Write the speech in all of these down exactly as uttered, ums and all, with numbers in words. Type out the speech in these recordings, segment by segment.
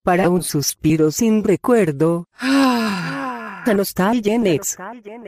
para un suspiro sin recuerdo. Ah, a Nostalgia Next.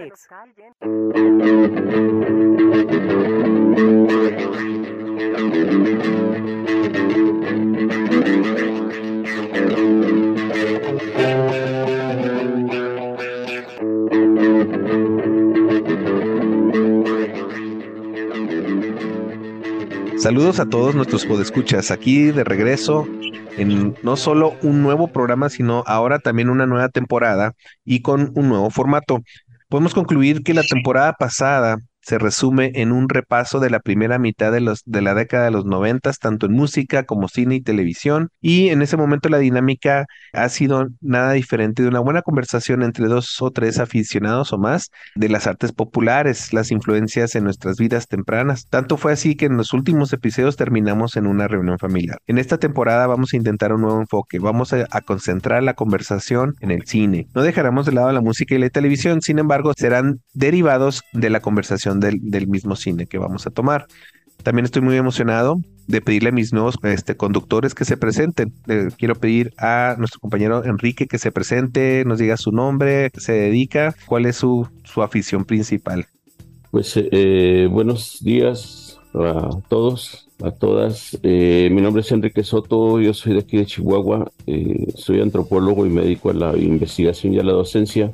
Saludos a todos nuestros podescuchas, aquí de regreso en no solo un nuevo programa, sino ahora también una nueva temporada y con un nuevo formato. Podemos concluir que la temporada pasada se resume en un repaso de la primera mitad de los, de la década de los noventas, tanto en música como cine y televisión, y en ese momento la dinámica ha sido nada diferente de una buena conversación entre dos o tres aficionados o más de las artes populares, las influencias en nuestras vidas tempranas. Tanto fue así que en los últimos episodios terminamos en una reunión familiar. En esta temporada vamos a intentar un nuevo enfoque, vamos a, a concentrar la conversación en el cine. No dejaremos de lado la música y la televisión, sin embargo, serán derivados de la conversación del, del mismo cine que vamos a tomar. También estoy muy emocionado de pedirle a mis nuevos este, conductores que se presenten. Le quiero pedir a nuestro compañero Enrique que se presente, nos diga su nombre, a qué se dedica, cuál es su, su afición principal. Pues eh, buenos días a todos, a todas. Eh, mi nombre es Enrique Soto, yo soy de aquí de Chihuahua, eh, soy antropólogo y me dedico a la investigación y a la docencia.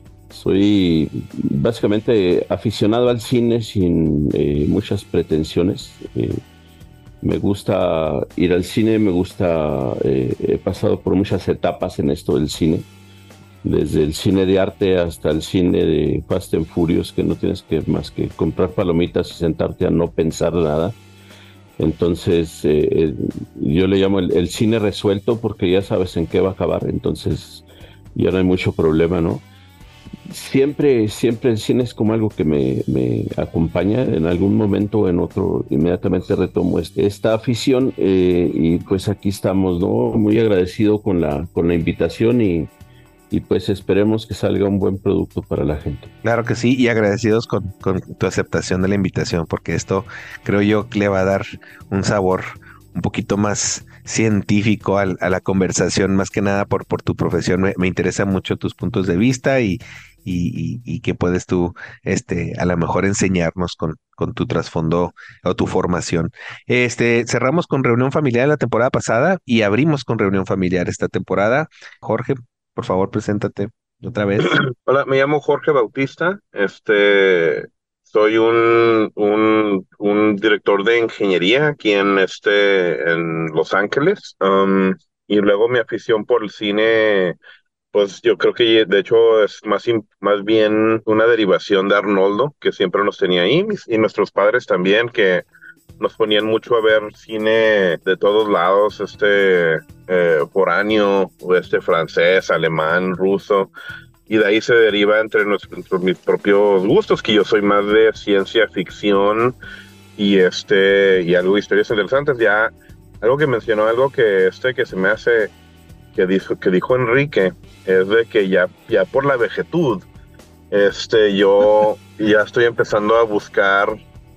Soy básicamente aficionado al cine sin eh, muchas pretensiones. Eh, me gusta ir al cine, me gusta, eh, he pasado por muchas etapas en esto del cine, desde el cine de arte hasta el cine de Fast and Furious, que no tienes que más que comprar palomitas y sentarte a no pensar nada. Entonces, eh, yo le llamo el, el cine resuelto porque ya sabes en qué va a acabar, entonces ya no hay mucho problema, ¿no? Siempre, siempre el cine es como algo que me, me acompaña. En algún momento o en otro, inmediatamente retomo este, esta afición eh, y pues aquí estamos, ¿no? Muy agradecido con la, con la invitación y, y pues esperemos que salga un buen producto para la gente. Claro que sí, y agradecidos con, con tu aceptación de la invitación, porque esto creo yo que le va a dar un sabor un poquito más científico al, a la conversación, más que nada por, por tu profesión. Me, me interesan mucho tus puntos de vista y, y, y, y que puedes tú este, a lo mejor enseñarnos con, con tu trasfondo o tu formación. Este, cerramos con reunión familiar la temporada pasada y abrimos con reunión familiar esta temporada. Jorge, por favor, preséntate otra vez. Hola, me llamo Jorge Bautista. Este, soy un, un, un director de ingeniería aquí en este, en Los Ángeles. Um, y luego mi afición por el cine, pues yo creo que de hecho es más, in- más bien una derivación de Arnoldo, que siempre nos tenía ahí, mis- y nuestros padres también, que nos ponían mucho a ver cine de todos lados, este eh, foráneo, o este francés, alemán, ruso, y de ahí se deriva entre, nuestros, entre mis propios gustos, que yo soy más de ciencia ficción y este y algo de historias interesantes. Ya algo que mencionó, algo que este que se me hace que dijo que dijo Enrique es de que ya ya por la vejetud, este yo ya estoy empezando a buscar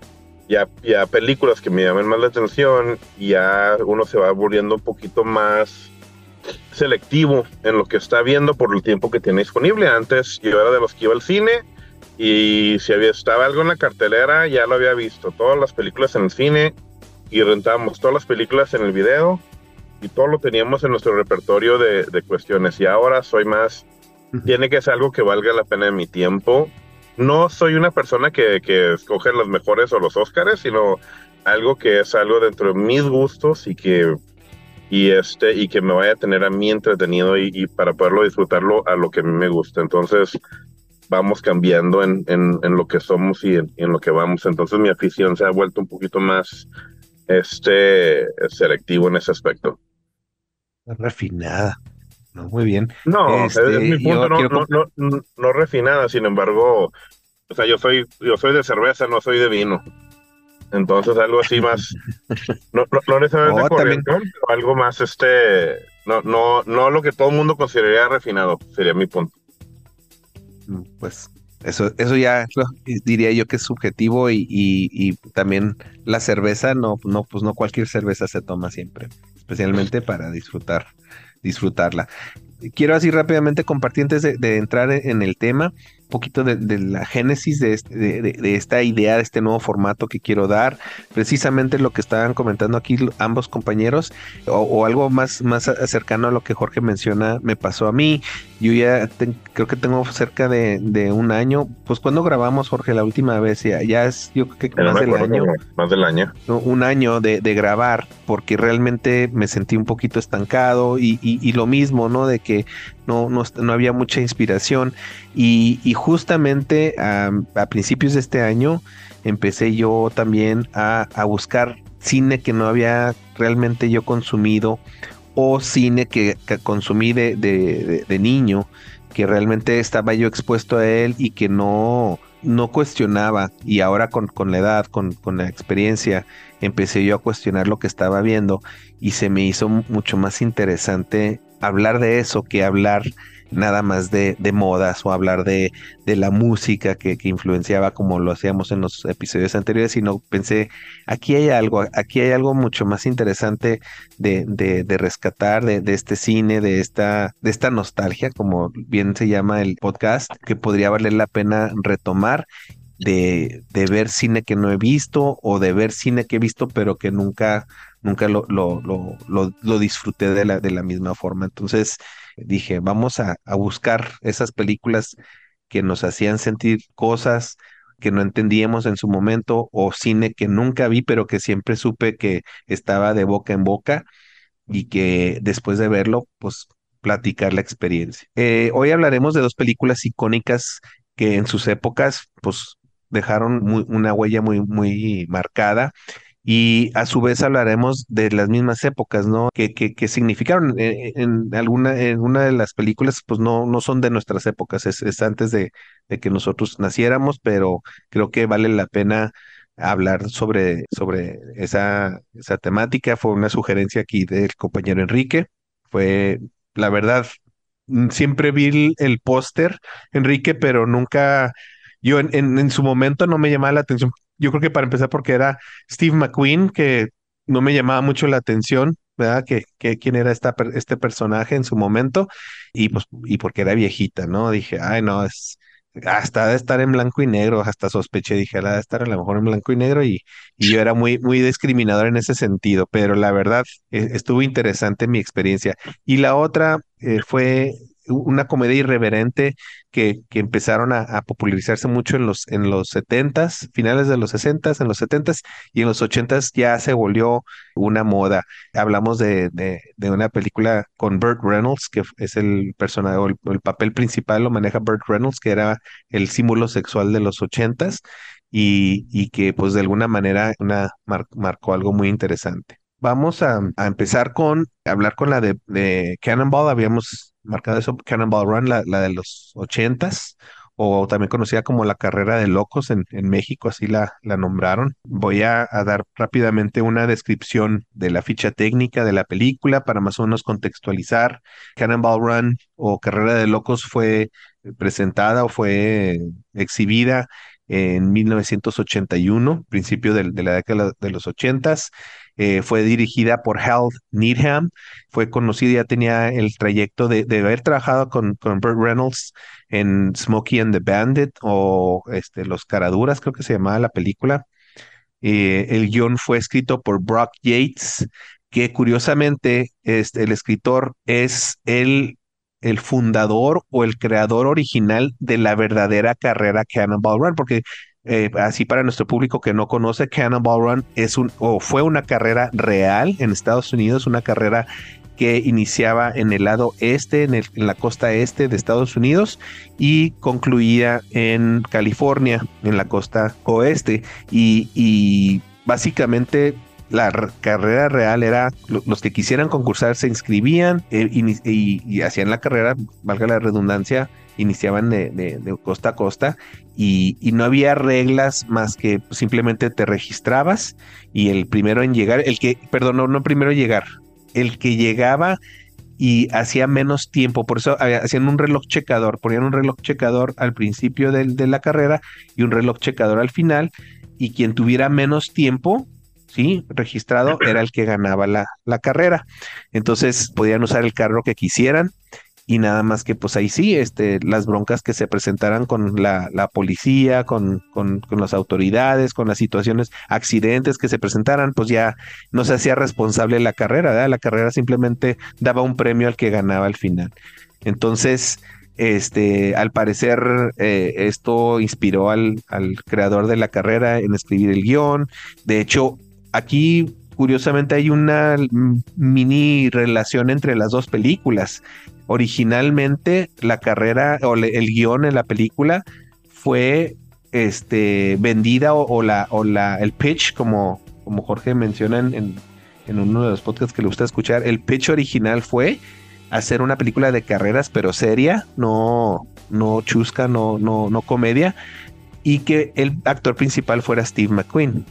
ya, ya películas que me llamen más la atención, y ya uno se va volviendo un poquito más selectivo en lo que está viendo por el tiempo que tiene disponible. Antes yo era de los que iba al cine y si había, estaba algo en la cartelera ya lo había visto, todas las películas en el cine, y rentábamos todas las películas en el video y todo lo teníamos en nuestro repertorio de, de cuestiones. Y ahora soy más, tiene que ser algo que valga la pena de mi tiempo. No soy una persona que, que escoge los mejores o los Óscares, sino algo que es algo dentro de mis gustos y que y este y que me vaya a tener a mí entretenido y, y para poderlo disfrutarlo a lo que a mí me gusta. Entonces vamos cambiando en, en, en lo que somos y en, en lo que vamos. Entonces mi afición se ha vuelto un poquito más este selectivo en ese aspecto. Refinada, ¿no? Muy bien. No, es, es mi Este, punto, yo no, quiero... no, com- no, no no refinada, sin embargo, o sea, yo soy, yo soy de cerveza, no soy de vino. Entonces algo así más, no, no, no necesariamente Oh, también, corrientón, pero algo más este, no, no, no lo que todo el mundo consideraría refinado, sería mi punto. mm, pues, eso, eso ya lo- diría yo que es subjetivo y, y, y también la cerveza, no, no, pues no cualquier cerveza se toma siempre, especialmente para disfrutar disfrutarla. Quiero así rápidamente compartir antes de, de entrar en el tema, un poquito de, de la génesis de, este, de, de, de esta idea, de este nuevo formato que quiero dar, precisamente lo que estaban comentando aquí ambos compañeros, o, o algo más, más cercano a lo que Jorge menciona, me pasó a mí. Yo ya te, creo que tengo cerca de, de un año, pues cuando grabamos, Jorge, la última vez, ya, ya es yo creo que más del año. Más del año. Un año de, de grabar, porque realmente me sentí un poquito estancado y, y, y lo mismo, ¿no? De que no, no, no había mucha inspiración y, y justamente a, a principios de este año empecé yo también a, a buscar cine que no había realmente yo consumido o cine que, que consumí de, de, de, de niño, que realmente estaba yo expuesto a él y que no, no cuestionaba, y ahora con, con la edad, con, con la experiencia, empecé yo a cuestionar lo que estaba viendo y se me hizo mucho más interesante hablar de eso que hablar nada más de, de modas o hablar de, de la música que, que influenciaba como lo hacíamos en los episodios anteriores, sino pensé, aquí hay algo, aquí hay algo mucho más interesante de, de, de rescatar de, de este cine, de esta, de esta nostalgia, como bien se llama el podcast, que podría valer la pena retomar. De, de ver cine que no he visto o de ver cine que he visto pero que nunca, nunca lo, lo, lo, lo, lo disfruté de la, de la misma forma. Entonces dije, vamos a, a buscar esas películas que nos hacían sentir cosas que no entendíamos en su momento, o cine que nunca vi pero que siempre supe que estaba de boca en boca y que después de verlo, pues platicar la experiencia. Eh, hoy hablaremos de dos películas icónicas que en sus épocas, pues dejaron muy, una huella muy, muy marcada. Y a su vez hablaremos de las mismas épocas, ¿no? Que, que, que significaron en, en alguna, en una de las películas, pues no, no son de nuestras épocas, es, es antes de, de que nosotros naciéramos, pero creo que vale la pena hablar sobre, sobre esa, esa temática. Fue una sugerencia aquí del compañero Enrique. Fue, la verdad, mm, siempre vi el, el póster, Enrique, pero nunca, yo en, en, en su momento no me llamaba la atención. Yo creo que para empezar porque era Steve McQueen, que no me llamaba mucho la atención, ¿verdad? Que, que quién era esta, per- este personaje en su momento, y pues, y porque era viejita, ¿no? Dije, ay, no, es hasta de estar en blanco y negro, hasta sospeché, dije, la de estar a lo mejor en blanco y negro, y, y yo era muy, muy discriminador en ese sentido, pero la verdad, eh, estuvo interesante mi experiencia. Y la otra eh, fue una comedia irreverente que, que empezaron a, a popularizarse mucho en los, en los setentas, finales de los sesentas, en los setentas, y en los ochentas ya se volvió una moda. Hablamos de, de, de una película con Burt Reynolds, que es el personaje, o el, el papel principal lo maneja Burt Reynolds, que era el símbolo sexual de los ochentas, y, y que pues de alguna manera una, mar- marcó algo muy interesante. Vamos a, a empezar con hablar con la de, de Cannonball. Habíamos marcado eso, Cannonball Run, la, la de los ochentas, o también conocida como la carrera de locos en, en México, así la, la nombraron. Voy a, a dar rápidamente una descripción de la ficha técnica de la película para más o menos contextualizar. Cannonball Run o Carrera de Locos fue presentada o fue exhibida en mil novecientos ochenta y uno, principio del- de, la década de los ochentas. Eh, fue dirigida por Hal Needham. Fue conocida, ya tenía el trayecto de, de haber trabajado con, con Burt Reynolds en Smokey and the Bandit, o este, Los Caraduras, creo que se llamaba la película. Eh, el guión fue escrito por Brock Yates, que curiosamente este, el escritor es el, el fundador o el creador original de la verdadera carrera Cannonball Run, porque eh, así para nuestro público que no conoce, Cannonball Run es un, o fue una carrera real en Estados Unidos, una carrera que iniciaba en el lado este, en, el- en la costa este de Estados Unidos, y concluía en California, en la costa oeste. Y, y básicamente la r- carrera real era, lo- los que quisieran concursar se inscribían, eh, ini- y, y hacían la carrera, valga la redundancia, iniciaban de, de- de costa a costa, y, y no había reglas más que simplemente te registrabas, y el primero en llegar, el que, perdón, no, no primero en llegar, el que llegaba y hacía menos tiempo, por eso había- hacían un reloj checador, ponían un reloj checador al principio del- de la carrera y un reloj checador al final, y quien tuviera menos tiempo ¿sí? registrado era el que ganaba la, la carrera. Entonces podían usar el carro que quisieran y nada más que pues ahí sí, este, las broncas que se presentaran con la, la policía, con, con, con las autoridades, con las situaciones, accidentes que se presentaran, pues ya no se hacía responsable la carrera, ¿verdad? La carrera simplemente daba un premio al que ganaba al final. Entonces, este, al parecer, eh, esto inspiró al, al creador de la carrera en escribir el guión. De hecho, aquí curiosamente hay una mm, mini relación entre las dos películas. Originalmente la carrera o le- el guión en la película fue este, vendida o, o la, o la, el pitch, como, como Jorge menciona en, en, en uno de los podcasts que le gusta escuchar, el pitch original fue hacer una película de carreras, pero seria, no, no chusca, no, no, no comedia, y que el actor principal fuera Steve McQueen.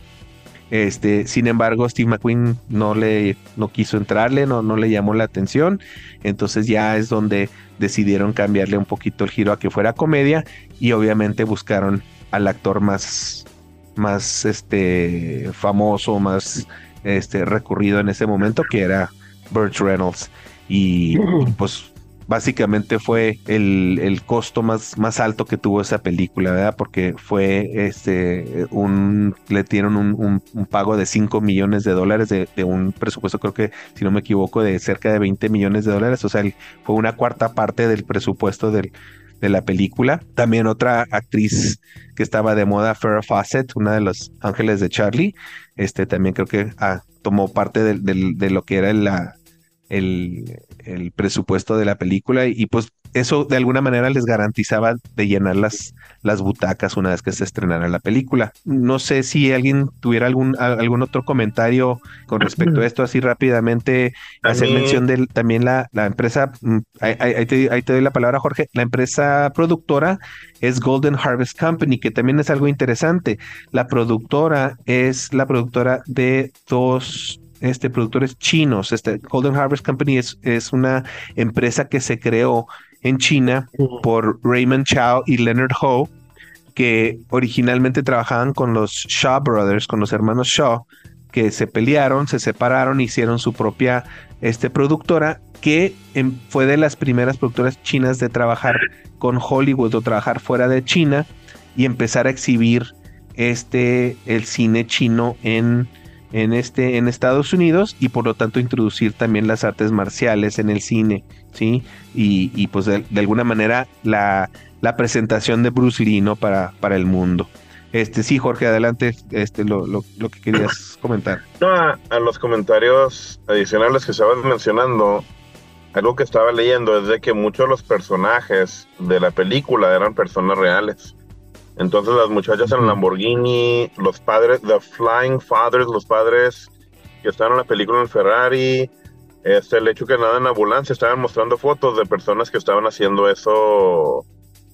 Este, sin embargo, Steve McQueen no le no quiso entrarle, no, no le llamó la atención. Entonces ya es donde decidieron cambiarle un poquito el giro a que fuera comedia y obviamente buscaron al actor más, más este, famoso, más este, recurrido en ese momento, que era Burt Reynolds. Y, y pues básicamente fue el, el costo más, más alto que tuvo esa película, ¿verdad? Porque fue este un, le dieron un, un, un pago de cinco millones de dólares de, de un presupuesto, creo que, si no me equivoco, de cerca de veinte millones de dólares. O sea, el- fue una cuarta parte del presupuesto del, de la película. También otra actriz que estaba de moda, Farrah Fawcett, una de los ángeles de Charlie, este también creo que ah, tomó parte del- del- de lo que era la el, el presupuesto de la película y, y, pues eso de alguna manera les garantizaba de llenar las, las butacas una vez que se estrenara la película. No sé si alguien tuviera algún, a- algún otro comentario con respecto a esto, así rápidamente A hacer mí, mención de también la, la empresa, mm, ahí, ahí- ahí te, ahí te doy la palabra, Jorge. La empresa productora es Golden Harvest Company, que también es algo interesante. La productora es la productora de dos este, productores chinos. Este, Golden Harvest Company es, es una empresa que se creó en China por Raymond Chow y Leonard Ho, que originalmente trabajaban con los Shaw Brothers, con los hermanos Shaw, que se pelearon, se separaron, hicieron su propia este, productora, que em, fue de las primeras productoras chinas de trabajar con Hollywood o trabajar fuera de China y empezar a exhibir este, el cine chino en, en, este, en Estados Unidos y por lo tanto introducir también las artes marciales en el cine, ¿sí? Y, y pues de, de alguna manera la, la presentación de Bruce Lee, ¿no? Para, para el mundo. Este, sí, Jorge, adelante, este, lo, lo, lo que querías comentar. no, a, a los comentarios adicionales que estabas mencionando, algo que estaba leyendo es de que muchos de los personajes de la película eran personas reales. Entonces las muchachas en el Lamborghini, los padres, The Flying Fathers, los padres que estaban en la película en Ferrari, este, el hecho que nada en ambulancia, estaban mostrando fotos de personas que estaban haciendo eso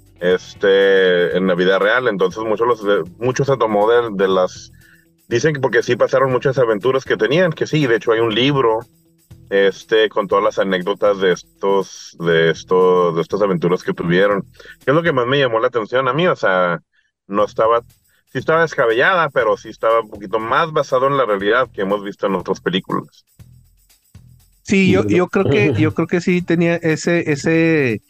este, en la vida real. Entonces muchos, los de, muchos se tomó de, de las... Dicen que porque sí pasaron muchas aventuras que tenían, que sí, de hecho hay un libro este, con todas las anécdotas de estos, de estos, de estas aventuras que tuvieron. ¿Qué es lo que más me llamó la atención a mí? O sea, no estaba, sí estaba descabellada, pero sí estaba un poquito más basado en la realidad que hemos visto en otras películas. Sí, yo, yo creo que, yo creo que sí tenía ese, ese,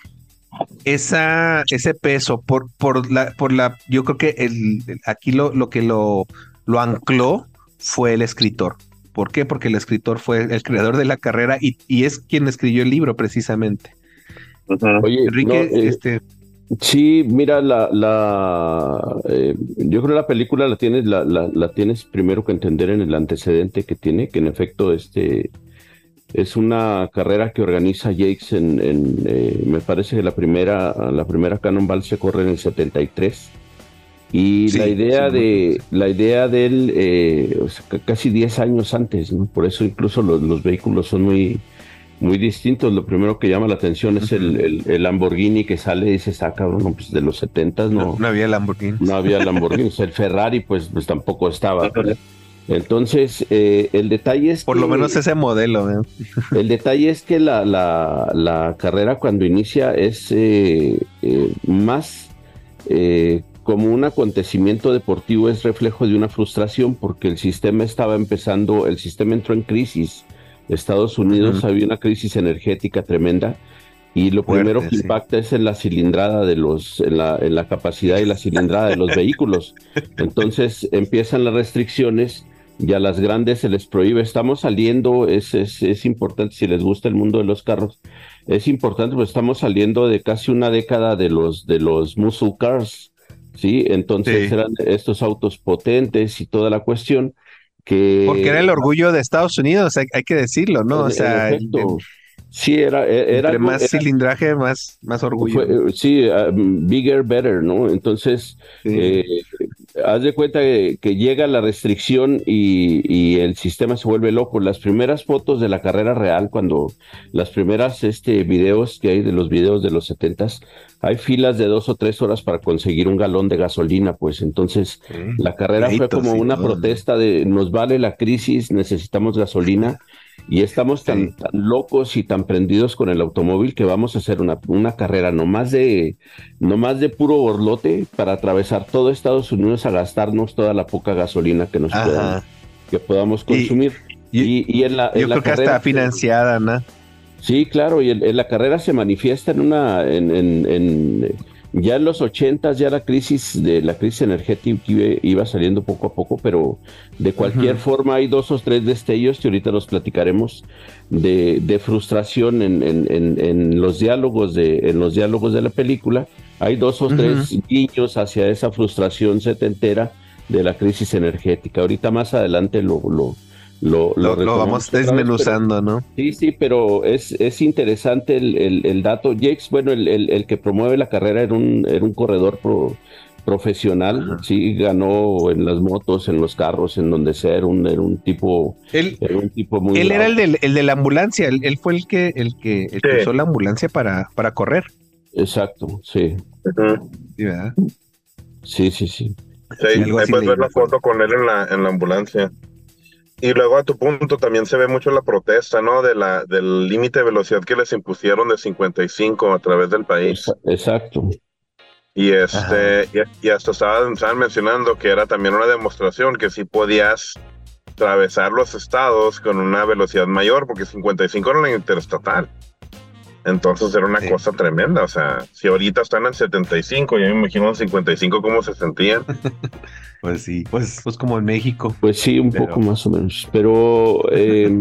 esa, ese peso por, por la, por la, yo creo que el, el- aquí lo, lo que lo, lo ancló fue el escritor. ¿Por qué? Porque el escritor fue el creador de la carrera y, y es quien escribió el libro precisamente. Oye, no, Enrique, eh, este, sí, mira, la, la, eh, yo creo que la película la tienes, la, la, la tienes primero que entender en el antecedente que tiene, que en efecto este es una carrera que organiza Jakes en, en eh, me parece que la primera, la primera Cannonball se corre en el setenta y tres. Y sí, la idea sí, de la idea de él eh, o sea, c- casi diez años antes, ¿no? Por eso incluso los, los vehículos son muy muy distintos. Lo primero que llama la atención es el, Ujú. el, el Lamborghini que sale y dices, ah, cabrón, no, pues de los setentas no, no, no había Lamborghini. no había Lamborghini. El Ferrari pues, pues tampoco estaba, ¿verdad? Entonces, eh, el detalle es Por que lo menos ese modelo, ¿eh? el detalle es que la, la, la carrera cuando inicia es eh, eh, más eh, como un acontecimiento deportivo, es reflejo de una frustración porque el sistema estaba empezando, el sistema entró en crisis. Estados Unidos, Ujú. había una crisis energética tremenda y lo Fuerte, primero que sí. impacta es en la cilindrada de los, en la, en la capacidad y la cilindrada de los vehículos. Entonces empiezan las restricciones y a las grandes se les prohíbe. Estamos saliendo, es, es, es importante, si les gusta el mundo de los carros, es importante, pues estamos saliendo de casi una década de los, de los muscle cars, ¿sí? Entonces Sí. eran estos autos potentes y toda la cuestión que... Porque era el orgullo de Estados Unidos, hay, hay que decirlo, ¿no? En, O en sea, en- efecto, sí, era, e- era entre algo, más era, cilindraje, más, más orgullo, fue, ¿no? eh, sí, uh, bigger, better, ¿no? Entonces, Sí. eh, haz de cuenta que, que llega la restricción y, y el sistema se vuelve loco. Las primeras fotos de la carrera real, cuando las primeras este, videos que hay de los videos de los setentas, hay filas de dos o tres horas para conseguir un galón de gasolina, pues entonces Sí. la carrera fue Pleitos como y una todo, ¿no? protesta de nos vale la crisis, necesitamos gasolina. Y estamos tan, Sí. tan locos y tan prendidos con el automóvil que vamos a hacer una, una carrera nomás de, nomás de puro borlote para atravesar todo Estados Unidos a gastarnos toda la poca gasolina que nos podamos, Ajá. que podamos Y, consumir. y- Y, y en la, en yo la creo que carrera, hasta financiada, ¿no? sí, claro, y en, en la carrera se manifiesta en una, en, en, en, eh, ya en los ochentas, ya la crisis de la crisis energética iba, iba saliendo poco a poco, pero de cualquier Ujú. forma hay dos o tres destellos que ahorita los platicaremos de, de frustración en, en, en, en los diálogos de, en los diálogos de la película. Hay dos o Ujú. tres guiños hacia esa frustración setentera de la crisis energética. Ahorita más adelante lo, lo, lo, Lo, lo retomamos vamos otra vez, pero- desmenuzando, ¿no? Sí, sí, pero es, es interesante el, el, el dato. Jakes, bueno, el, el, el que promueve la carrera era un, era un corredor pro- profesional, Ajá. sí, ganó en las motos, en los carros, en donde sea, era un, era un tipo, Él, era un tipo muy él era bravo. el, del, el de la ambulancia, él, él fue el que, el que, el que Sí. usó la ambulancia para, para correr. Exacto, sí, Ujú. Sí, ¿verdad? sí, sí, sí. Sí, Sí, algo ahí así puedes leí, ver la recuerdo. foto con él en la, en la ambulancia. Y luego a tu punto también se ve mucho la protesta, ¿no? De la, del límite de velocidad que les impusieron de cincuenta y cinco a través del país. Exa- Exacto. Y Ajá. este, y, y hasta estaban, estaban mencionando que era también una demostración que sí podías atravesar los estados con una velocidad mayor, porque cincuenta y cinco era la interestatal. Entonces era una Sí. cosa tremenda. O sea, si ahorita están en setenta y cinco, yo me imagino en cincuenta y cinco cómo se sentían. Pues sí, pues, pues como en México. Pues sí, un Pero- poco más o menos. Pero eh,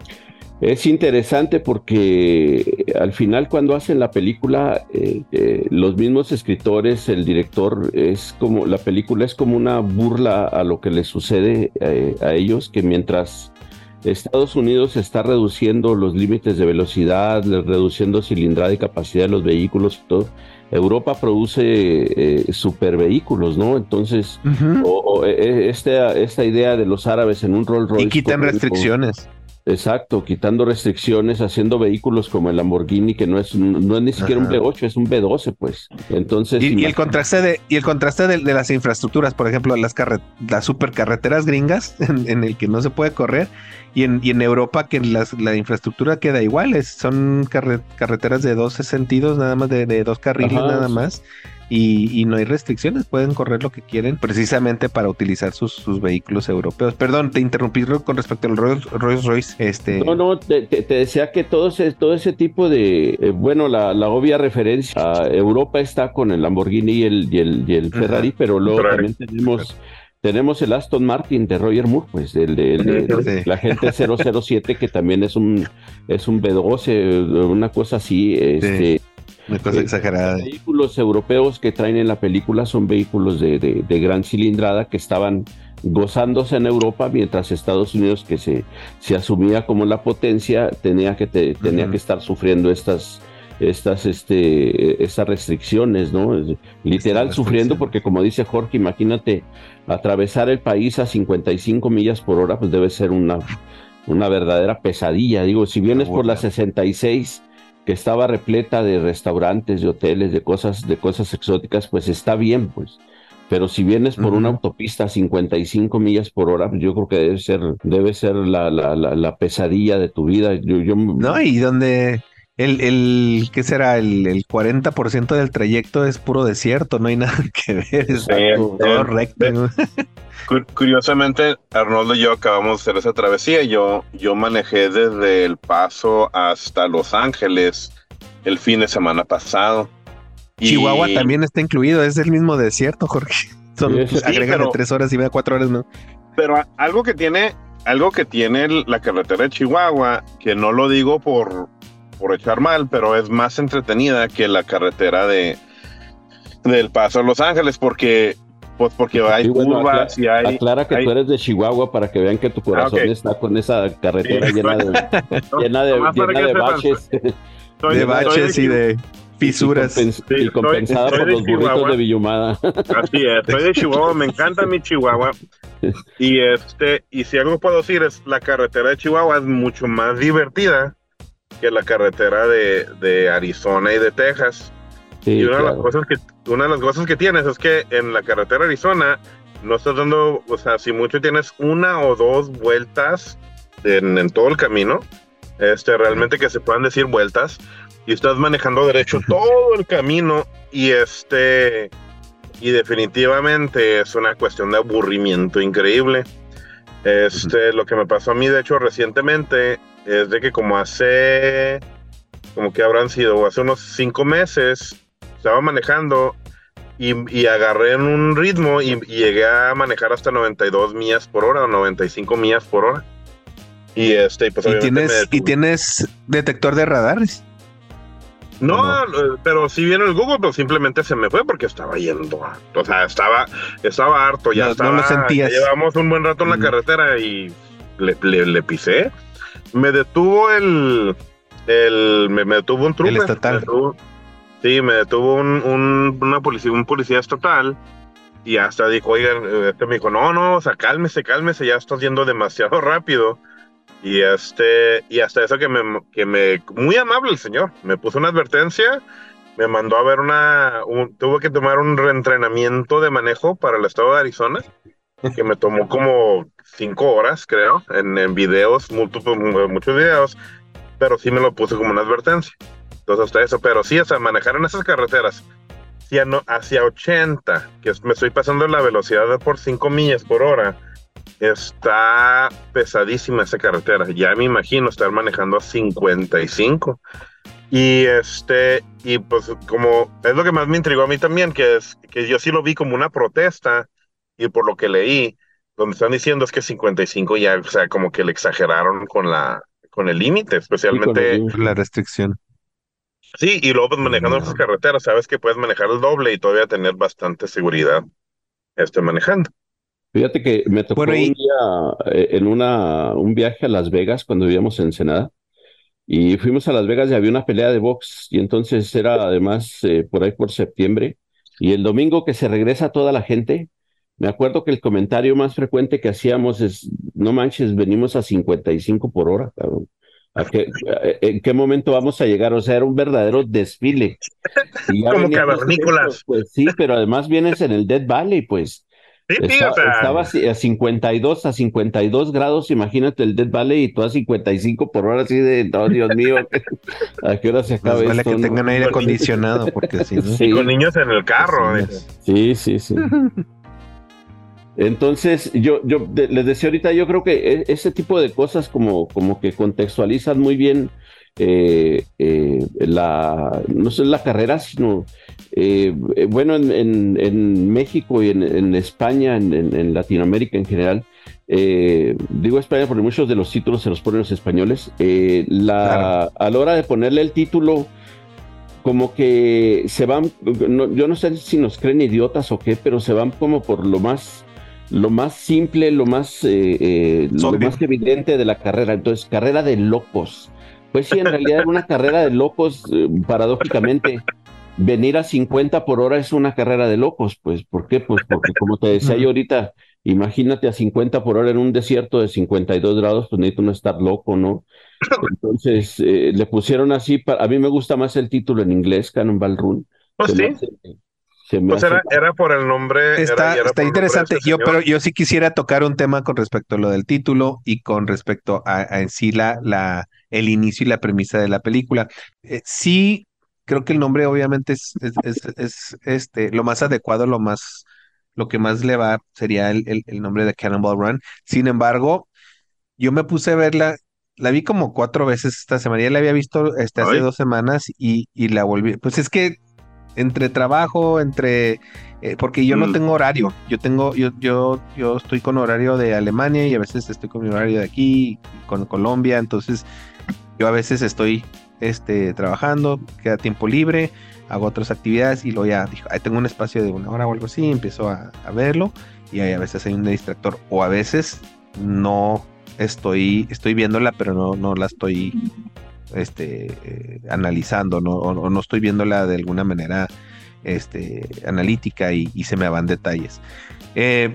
es interesante porque al final cuando hacen la película, eh, eh, los mismos escritores, el director, es como, la película es como una burla a lo que les sucede eh, a ellos, que mientras Estados Unidos está reduciendo los límites de velocidad, le- reduciendo cilindrada y capacidad de los vehículos y todo, Europa produce eh, supervehículos, ¿no? Entonces, Ujú. o, o, eh, esta, esta idea de los árabes en un Rolls Royce Y quitan corriendo- restricciones. Exacto, quitando restricciones, haciendo vehículos como el Lamborghini, que no es, no es ni siquiera Ajá. un B ocho, es un B doce, pues. Entonces, Y, y el imagínate. contraste de, y el contraste de, de las infraestructuras, por ejemplo, las carre- las supercarreteras gringas, en, en el que no se puede correr, y en, y en Europa que las, la infraestructura queda igual, es- son carre- carreteras de doce sentidos, nada más de, de dos carriles Ajá, nada sí. más, y, y no hay restricciones, pueden correr lo que quieren, precisamente para utilizar sus, sus vehículos europeos. Perdón, te interrumpí con respecto al Rolls, Rolls Royce, este... No, no, te, te- te decía que todo ese, todo ese tipo de, eh, bueno, la, la obvia referencia a Europa está con el Lamborghini y el, y el, y el Ajá. Ferrari, pero luego Ferrari. también tenemos, tenemos el Aston Martin de Roger Moore, pues, el de, el de- Ujú. Sí. la gente cero cero siete, que también es un, es un B doce, una cosa así, este... Una cosa Eh, exagerada. Los vehículos europeos que traen en la película son vehículos de, de- de gran cilindrada que estaban gozándose en Europa, mientras Estados Unidos, que se, se asumía como la potencia, tenía que, te- tenía Ujú. que estar sufriendo estas, estas, este, estas restricciones, ¿no? Es- Literal Estas sufriendo, restricciones. porque como dice Jorge, imagínate, atravesar el país a cincuenta y cinco millas por hora, pues debe ser una, una verdadera pesadilla. Digo, si vienes por la burla. sesenta y seis, que estaba repleta de restaurantes, de hoteles, de cosas, de cosas exóticas, pues está bien, pues. Pero si vienes por Ujú. una autopista a cincuenta y cinco millas por hora, pues yo creo que debe ser, debe ser la, la, la, la pesadilla de tu vida. Yo, yo, No, y donde El, el, ¿qué será? El, el cuarenta por ciento del trayecto es puro desierto, no hay nada que ver, es Sí, todo eh, recto, eh, ¿no? cu- curiosamente, Arnoldo y yo acabamos de hacer esa travesía. Yo, yo manejé desde El Paso hasta Los Ángeles el fin de semana pasado. Chihuahua Y también está incluido, es el mismo desierto, Jorge. Son, Sí, ese- sí, agrégale pero, tres horas y ve cuatro horas, ¿no? pero a- algo que tiene, algo que tiene el- la carretera de Chihuahua, que no lo digo por, por echar mal, pero es más entretenida que la carretera de del Paso a Los Ángeles, porque, pues porque hay Sí, bueno, acla- curvas y hay, aclara que tú hay, eres de Chihuahua para que vean que tu ah, ok, corazón está con esa carretera sí, llena de, no, llena de, nomás para llena que de sepan, baches soy, De llena de, soy de baches y Chihuahua, de y, y fisuras. compens- sí, y soy, compensada soy por de los burritos de Chihuahua, Villumada. así es, soy de Chihuahua, me encanta mi Chihuahua, y este, y si algo puedo decir es, la carretera de Chihuahua es mucho más divertida que la carretera de, de Arizona y de Texas. Y Sí, una de las claro. cosas que, una de las cosas que tienes es que en la carretera de Arizona no estás dando, o sea, si mucho tienes una o dos vueltas en, en todo el camino, este, realmente que se puedan decir vueltas, y estás manejando derecho todo el camino, y este, y definitivamente es una cuestión de aburrimiento increíble. Este, lo que me pasó a mí, de hecho, recientemente, es de que como hace, como que habrán sido, hace unos cinco meses, estaba manejando y, y agarré en un ritmo y, y llegué a manejar hasta noventa y dos millas por hora o noventa y cinco millas por hora. Y este, pues ¿Y obviamente me tienes, y detuve. tienes detector de radares? No, ¿O no? eh, pero sí viene el Google, pero simplemente se me fue porque estaba yendo. a- O sea, estaba, estaba harto, ya No, no estaba, lo ya sentías. llevamos un buen rato en la Mm. carretera y le, le, le pisé. Me detuvo el, el, me, me detuvo un El trooper. Me estatal. detuvo, sí, me detuvo un, un, una policía, un policía estatal. Y hasta dijo, oigan, eh, este me dijo, no, no, o sea, cálmese, cálmese, ya estás yendo demasiado rápido. Y este, y hasta eso que me, que me, muy amable el señor, me puso una advertencia, me mandó a ver una, un- tuve que tomar un reentrenamiento de manejo para el estado de Arizona, que me tomó como cinco horas, creo, en, en videos, múltiples, muchos videos, pero sí me lo puse como una advertencia. Entonces hasta eso, pero sí, o sea, manejar en esas carreteras hacia, no, hacia ochenta, que es- me estoy pasando la velocidad de por cinco millas por hora, está pesadísima esa carretera. Ya me imagino estar manejando a cincuenta y cinco. Y este, y pues como es lo que más me intrigó a mí también, que es que yo sí lo vi como una protesta, y por lo que leí, donde están diciendo es que cincuenta y cinco ya, o sea, como que le exageraron con la, con el límite, Sí, con el especialmente, límite. La restricción. sí, y luego pues manejando esas No. carreteras, sabes que puedes manejar el doble y todavía tener bastante seguridad, este, manejando. Fíjate que me Bueno, tocó un y día eh, en una, un viaje a Las Vegas cuando vivíamos en Ensenada y fuimos a Las Vegas y había una pelea de box y entonces era además eh, por ahí por septiembre y el domingo que se regresa toda la gente, me acuerdo que el comentario más frecuente que hacíamos es, no manches, venimos a cincuenta y cinco por hora, cabrón. ¿A qué, a- ¿En qué momento vamos a llegar? O sea, era un verdadero desfile. Y ya Como veníamos en esto, cavernícolas. pues sí, pero además vienes en el Death Valley, pues. Sí, sí, o Está, sea, estaba así a cincuenta y dos a cincuenta y dos grados, imagínate el Death Valley y tú a cincuenta y cinco por hora, así de, no, Dios mío, ¿a qué hora se más acaba vale que esto, no? tengan aire con, acondicionado, porque si no, y con Sí, niños en el carro. Dice. cocinas. sí, sí, sí. Entonces, yo, yo de- les decía ahorita, yo creo que e- ese tipo de cosas como, como que contextualizan muy bien eh, eh, la, no sé, la carrera, sino, eh, eh, bueno, en, en- en México y en, en España, en, en- en Latinoamérica en general, eh, digo España porque muchos de los títulos se los ponen los españoles, eh, la, Claro. a la hora de ponerle el título como que se van, no- yo no sé si nos creen idiotas o qué, pero se van como por lo más, lo más simple, lo más, eh, eh, Es lo obvio. más evidente de la carrera. Entonces, carrera de locos. Pues sí, en realidad era una carrera de locos, eh, paradójicamente. Venir a cincuenta por hora es una carrera de locos, pues, ¿por qué? Pues porque como te decía yo Ujú. ahorita, imagínate a cincuenta por hora en un desierto de cincuenta y dos grados, pues necesito no estar loco, ¿no? Entonces, eh, le pusieron así, pa- a mí me gusta más el título en inglés, Cannonball Run, Pues se me sí, hace, Se me Pues hace. era, era por el nombre, era, Está, y era está por el nombre de interesante. este Yo, pero señor. yo sí quisiera tocar un tema con respecto a lo del título y con respecto a, a en sí la, la, el inicio y la premisa de la película. Eh, sí, creo que el nombre obviamente es, es, es, es, este, lo más adecuado, lo más, lo que más le va sería el, el, el nombre de Cannonball Run. Sin embargo, yo me puse a verla, la vi como cuatro veces esta semana. Ya la había visto este, hace Ay, dos semanas y, y la volví. Pues es que entre trabajo, entre eh, porque yo no mm, tengo horario, yo tengo, yo, yo, yo estoy con horario de Alemania y a veces estoy con mi horario de aquí, con Colombia, entonces yo a veces estoy este, trabajando, queda tiempo libre, hago otras actividades y luego ya digo, ahí tengo un espacio de una hora o algo así, empiezo a, a verlo y ahí a veces hay un distractor o a veces no estoy, estoy viéndola, pero no, no la estoy este, eh, analizando, ¿no? O, o no estoy viéndola de alguna manera este, analítica y, y se me van detalles. Eh,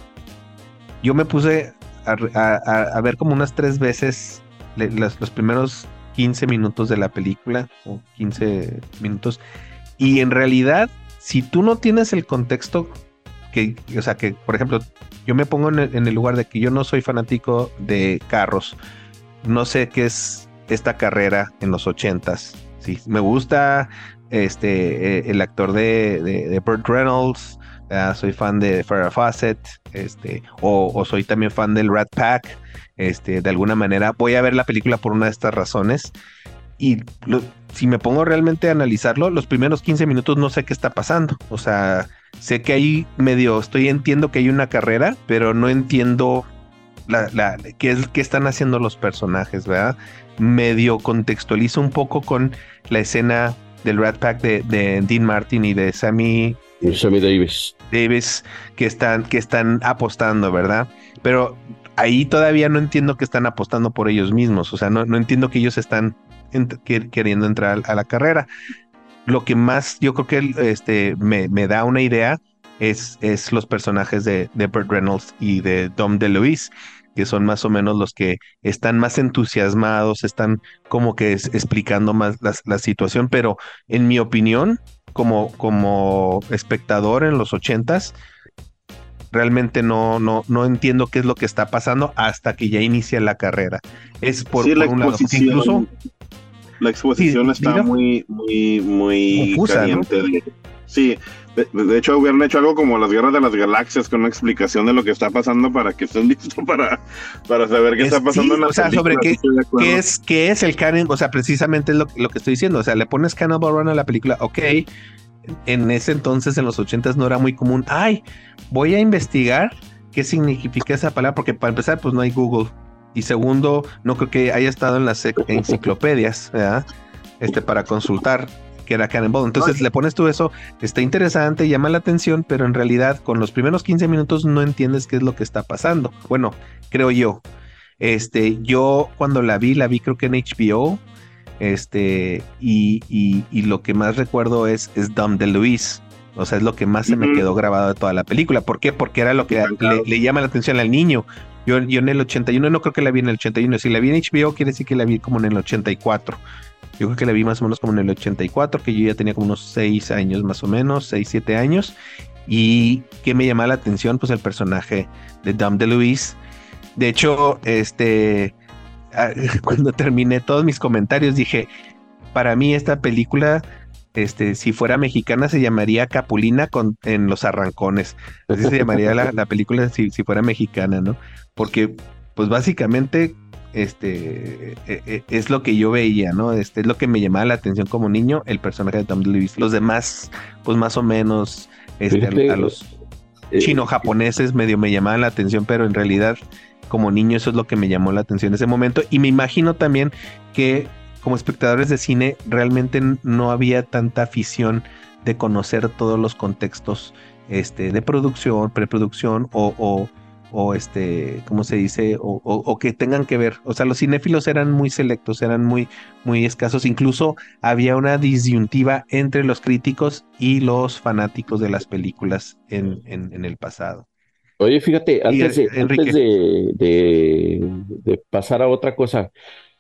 yo me puse a, a- a- a ver como unas tres veces le- las- los primeros quince minutos de la película, o quince minutos, y en realidad, si tú no tienes el contexto que, o sea, que, por ejemplo, yo me pongo en el, en el lugar de que yo no soy fanático de carros, no sé qué es esta carrera en los ochentas. Sí, me gusta este eh, el actor de, de, de Burt Reynolds. Uh, soy fan de Farrah Fawcett, este, o, o, soy también fan del Rat Pack. Este, de alguna manera voy a ver la película por una de estas razones. Y lo, si me pongo realmente a analizarlo, los primeros quince minutos no sé qué está pasando. O sea, sé que ahí medio estoy, entiendo que hay una carrera, pero no entiendo la, la, qué, es, qué están haciendo los personajes, ¿verdad? Medio contextualizo un poco con la escena del Rat Pack de, de Dean Martin y de Sammy Sammy Davis. Davis que están, que están apostando, ¿verdad? Pero ahí todavía no entiendo que están apostando por ellos mismos, o sea, no, no entiendo que ellos están ent que, queriendo entrar a la carrera. Lo que más yo creo que este, me, me da una idea es, es los personajes de, de Burt Reynolds y de Dom DeLuise, que son más o menos los que están más entusiasmados, están como que es, explicando más la, la situación, pero en mi opinión, como, como espectador en los ochentas, realmente no, no, no entiendo qué es lo que está pasando hasta que ya inicia la carrera. Es por, Sí, la por un lado, porque incluso exposición, la exposición sí, está diga, muy, muy, muy confusa, ¿no? caliente. de- Sí, de, de hecho hubieran hecho algo como las guerras de las galaxias con una explicación de lo que está pasando para que estén listos para, para saber qué Es, está pasando sí, en la o sea, sobre película. qué, Sí, estoy de acuerdo. qué es, qué es el canon, o sea, precisamente es lo, lo que estoy diciendo, o sea, le pones Cannonball Run a la película, ok, en ese entonces, en los ochentas, no era muy común, ay, voy a investigar qué significa esa palabra, porque para empezar, pues no hay Google, y segundo, no creo que haya estado en las enciclopedias, ¿verdad? Este, para consultar que era Cannonball, entonces le pones tú eso, está interesante, llama la atención, pero en realidad con los primeros quince minutos no entiendes qué es lo que está pasando, bueno, creo yo. Este, yo cuando la vi, la vi creo que en H B O, este, y, y, y lo que más recuerdo es, es Dom DeLuise, o sea, es lo que más se me Ujú. quedó grabado de toda la película. ¿Por qué? Porque era lo que le, Encantado. le llama la atención al niño. Yo, yo en el ochenta y uno no creo que la vi en el ochenta y uno, si la vi en H B O quiere decir que la vi como en el ochenta y cuatro. Yo creo que la vi más o menos como en el ochenta y cuatro, que yo ya tenía como unos seis años más o menos, seis siete años. Y que me llamaba la atención, pues el personaje de Dom DeLuise. De hecho, este, ah, cuando terminé todos mis comentarios dije, para mí esta película, este, si fuera mexicana se llamaría Capulina con, en los arrancones. Así se llamaría la, la película si, si fuera mexicana, ¿no? Porque, pues básicamente, este, e- e- es lo que yo veía, ¿no? Este es lo que me llamaba la atención como niño, el personaje de Tom DeLuise. Los demás, pues más o menos, este, Fíjate, a, a los eh, chino-japoneses medio me llamaban la atención, pero en realidad como niño eso es lo que me llamó la atención en ese momento y me imagino también que como espectadores de cine realmente n- no había tanta afición de conocer todos los contextos este, de producción, preproducción o, o, o este, ¿cómo se dice? O, o- o que tengan que ver. O sea, los cinéfilos eran muy selectos, eran muy, muy escasos. Incluso había una disyuntiva entre los críticos y los fanáticos de las películas en, en, en el pasado. Oye, fíjate, Y antes eh, de, antes Enrique, de, de, de pasar a otra cosa,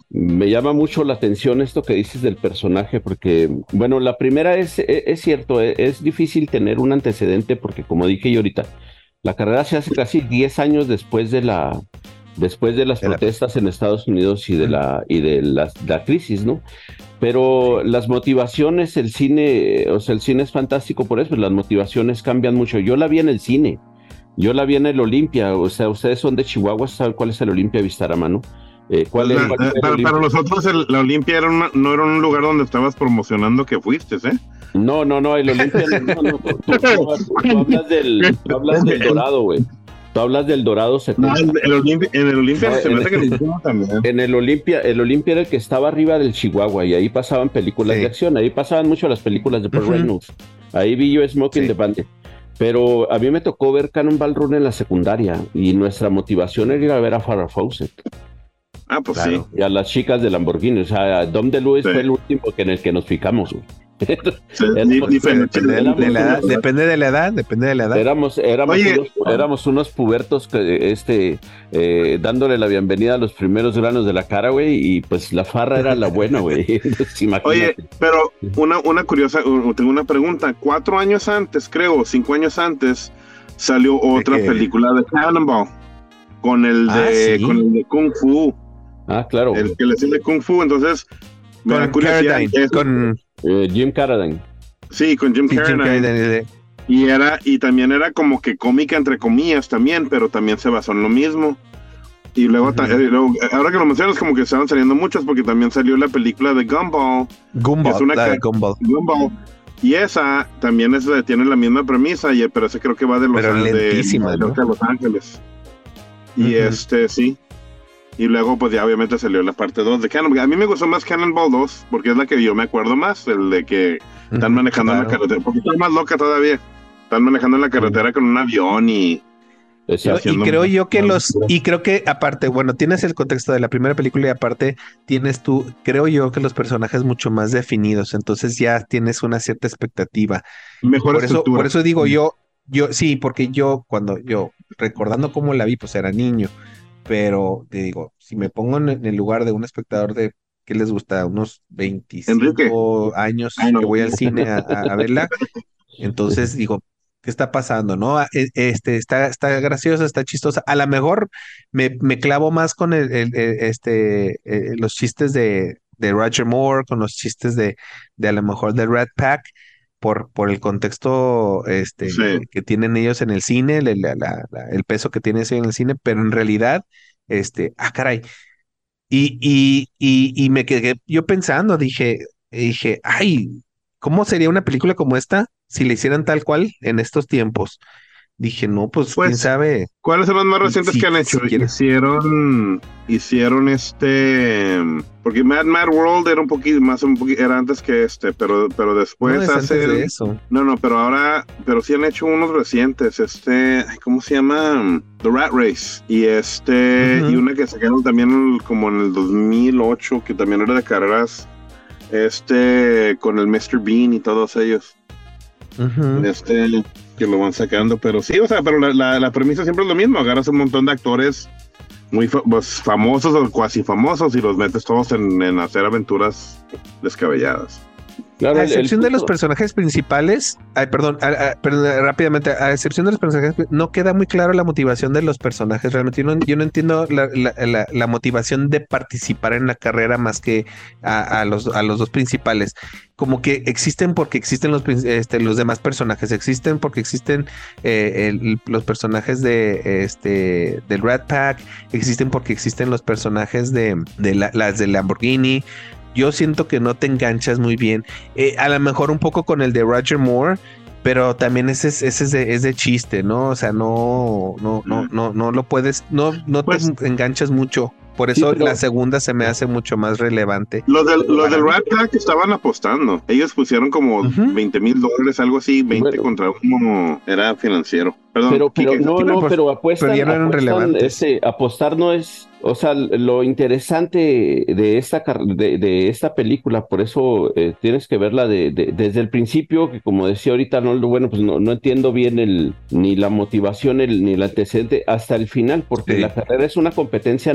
me llama mucho la atención esto que dices del personaje, porque, bueno, la primera es, es, es cierto, es, es difícil tener un antecedente, porque como dije yo ahorita, la carrera se hace casi diez años después de la después de las de protestas la... en Estados Unidos y de la y de la, la crisis, ¿no? Pero sí. Las motivaciones, el cine, o sea, el cine es fantástico por eso, pues las motivaciones cambian mucho. Yo la vi en el cine, yo la vi en el Olimpia, o sea, ustedes son de Chihuahua, ¿saben cuál es el Olimpia Vistarama, no? Eh, ¿cuál pues es, la, cuál eh, para, para nosotros el, la Olimpia era una, no era un lugar donde estabas promocionando que fuiste, ¿eh? No, no, no, el Olimpia no, no, no, tú, tú, tú, tú hablas del, tú hablas del Dorado, güey. Tú hablas del Dorado setenta. No, el Olimpia, en el Olimpia no, se me hace que el, también. En el Olimpia, el Olimpia era el que estaba arriba del Chihuahua y ahí pasaban películas sí. de acción, ahí pasaban mucho las películas de Paul uh-huh. Reynolds. Ahí vi yo Smoking sí. the Bandit. Pero a mí me tocó ver Cannonball Run en la secundaria y nuestra motivación era ir a ver a Farrah Fawcett. Ah, pues claro. sí. Y a las chicas de Lamborghini, o sea, Dom DeLuise sí. fue el último que en el que nos picamos, güey. Sí, depende, de la edad, depende de la edad, depende de la edad. Éramos, éramos, Oye, unos, éramos unos pubertos que, este, eh, dándole la bienvenida a los primeros granos de la cara, güey, y pues la farra era la buena, güey. Oye, pero una, una curiosa, tengo una pregunta. Cuatro años antes, creo, cinco años antes, salió otra ¿De película de Cannonball con el de, ah, ¿sí? con el de Kung Fu. Ah, claro. El que le hacía de Kung Fu, entonces me con da curiosidad. Es, con eh, Jim Carradine. Sí, con Jim sí, Carradine. Jim Carradine. Y era, y también era como que cómica entre comillas también, pero también se basó en lo mismo. Y luego, uh-huh. ta, eh, luego ahora que lo mencionas, como que estaban saliendo muchas, porque también salió la película de Gumball. Gumball, es una la ca- de Gumball. Gumball. Y esa también es, tiene la misma premisa, y, pero ese creo que va de Los, pero de, lentísima, de, ¿no? de Los Ángeles. Y uh-huh. este, sí. Y luego, pues ya obviamente salió la parte dos de Cannonball. A mí me gustó más Cannonball dos, porque es la que yo me acuerdo más, el de que están manejando claro. en la carretera. Porque está más loca todavía. Están manejando en la carretera con un avión y... No, y creo yo que los... Y creo que aparte, bueno, tienes el contexto de la primera película y aparte tienes tú, creo yo que los personajes mucho más definidos. Entonces ya tienes una cierta expectativa. Mejor por eso, por eso digo yo, yo, sí, porque yo cuando yo, recordando cómo la vi, pues era niño. Pero te digo, si me pongo en el lugar de un espectador de, ¿qué les gusta? Unos veinticinco Enrique. años Ay, no. que voy al cine a, a, a verla, entonces digo, ¿qué está pasando? ¿No? Este, está, está graciosa, está chistosa. A lo mejor me, me clavo más con el, el, el este, el, los chistes de, de Roger Moore, con los chistes de, de a lo mejor de Rat Pack, por, por el contexto este, sí. que tienen ellos en el cine, la, la, la, el peso que tiene eso en el cine, pero en realidad, este, ah, caray. Y, y, y, y me quedé yo pensando, dije, dije, ay, ¿cómo sería una película como esta si la hicieran tal cual en estos tiempos? Dije, no, pues, pues quién sabe. ¿Cuáles son los más recientes sí, que han hecho? Si hicieron, hicieron este, porque Mad Mad World era un poquito más, un poquito, era antes que este, pero, pero después no, es hace, antes de eso. no, no, pero ahora, pero sí han hecho unos recientes, este, ¿cómo se llama? The Rat Race y este uh-huh. y una que sacaron también como en el dos mil ocho que también era de carreras, este, con el mister Bean y todos ellos, uh-huh. este. que lo van sacando, pero sí, o sea, pero la, la, la premisa siempre es lo mismo, agarras un montón de actores muy fa- pues, famosos o cuasi famosos y los metes todos en, en hacer aventuras descabelladas. Claro, a excepción el, el de los personajes principales, ay, perdón, a, a, perdón, rápidamente, a excepción de los personajes, no queda muy claro la motivación de los personajes. Realmente yo no, yo no entiendo la, la, la, la motivación de participar en la carrera más que a, a, los, a los dos principales. Como que existen porque existen los, este, los demás personajes, existen porque existen eh, el, los personajes de este del Rat Pack, existen porque existen los personajes de, de la, las de Lamborghini. Yo siento que no te enganchas muy bien. Eh, a lo mejor un poco con el de Roger Moore, pero también ese es, ese es, de, es de chiste, ¿no? O sea, no, no, no, no, no lo puedes, no, no pues, te enganchas mucho. Por eso sí, pero la segunda se me hace mucho más relevante. Los del, los del Rat Pack estaban apostando. Ellos pusieron como uh-huh. veinte mil dólares, algo así, veinte bueno. contra uno era financiero. Perdón, pero, pero no, no, pues, pero apuestan, pero ya no eran apuestan relevantes. Ese, apostar no es, o sea, lo interesante de esta de, de esta película, por eso eh, tienes que verla de, de, desde el principio, que como decía ahorita, no, bueno, pues no, no entiendo bien el ni la motivación el, ni el antecedente hasta el final, porque sí. la carrera es una competencia no competitiva.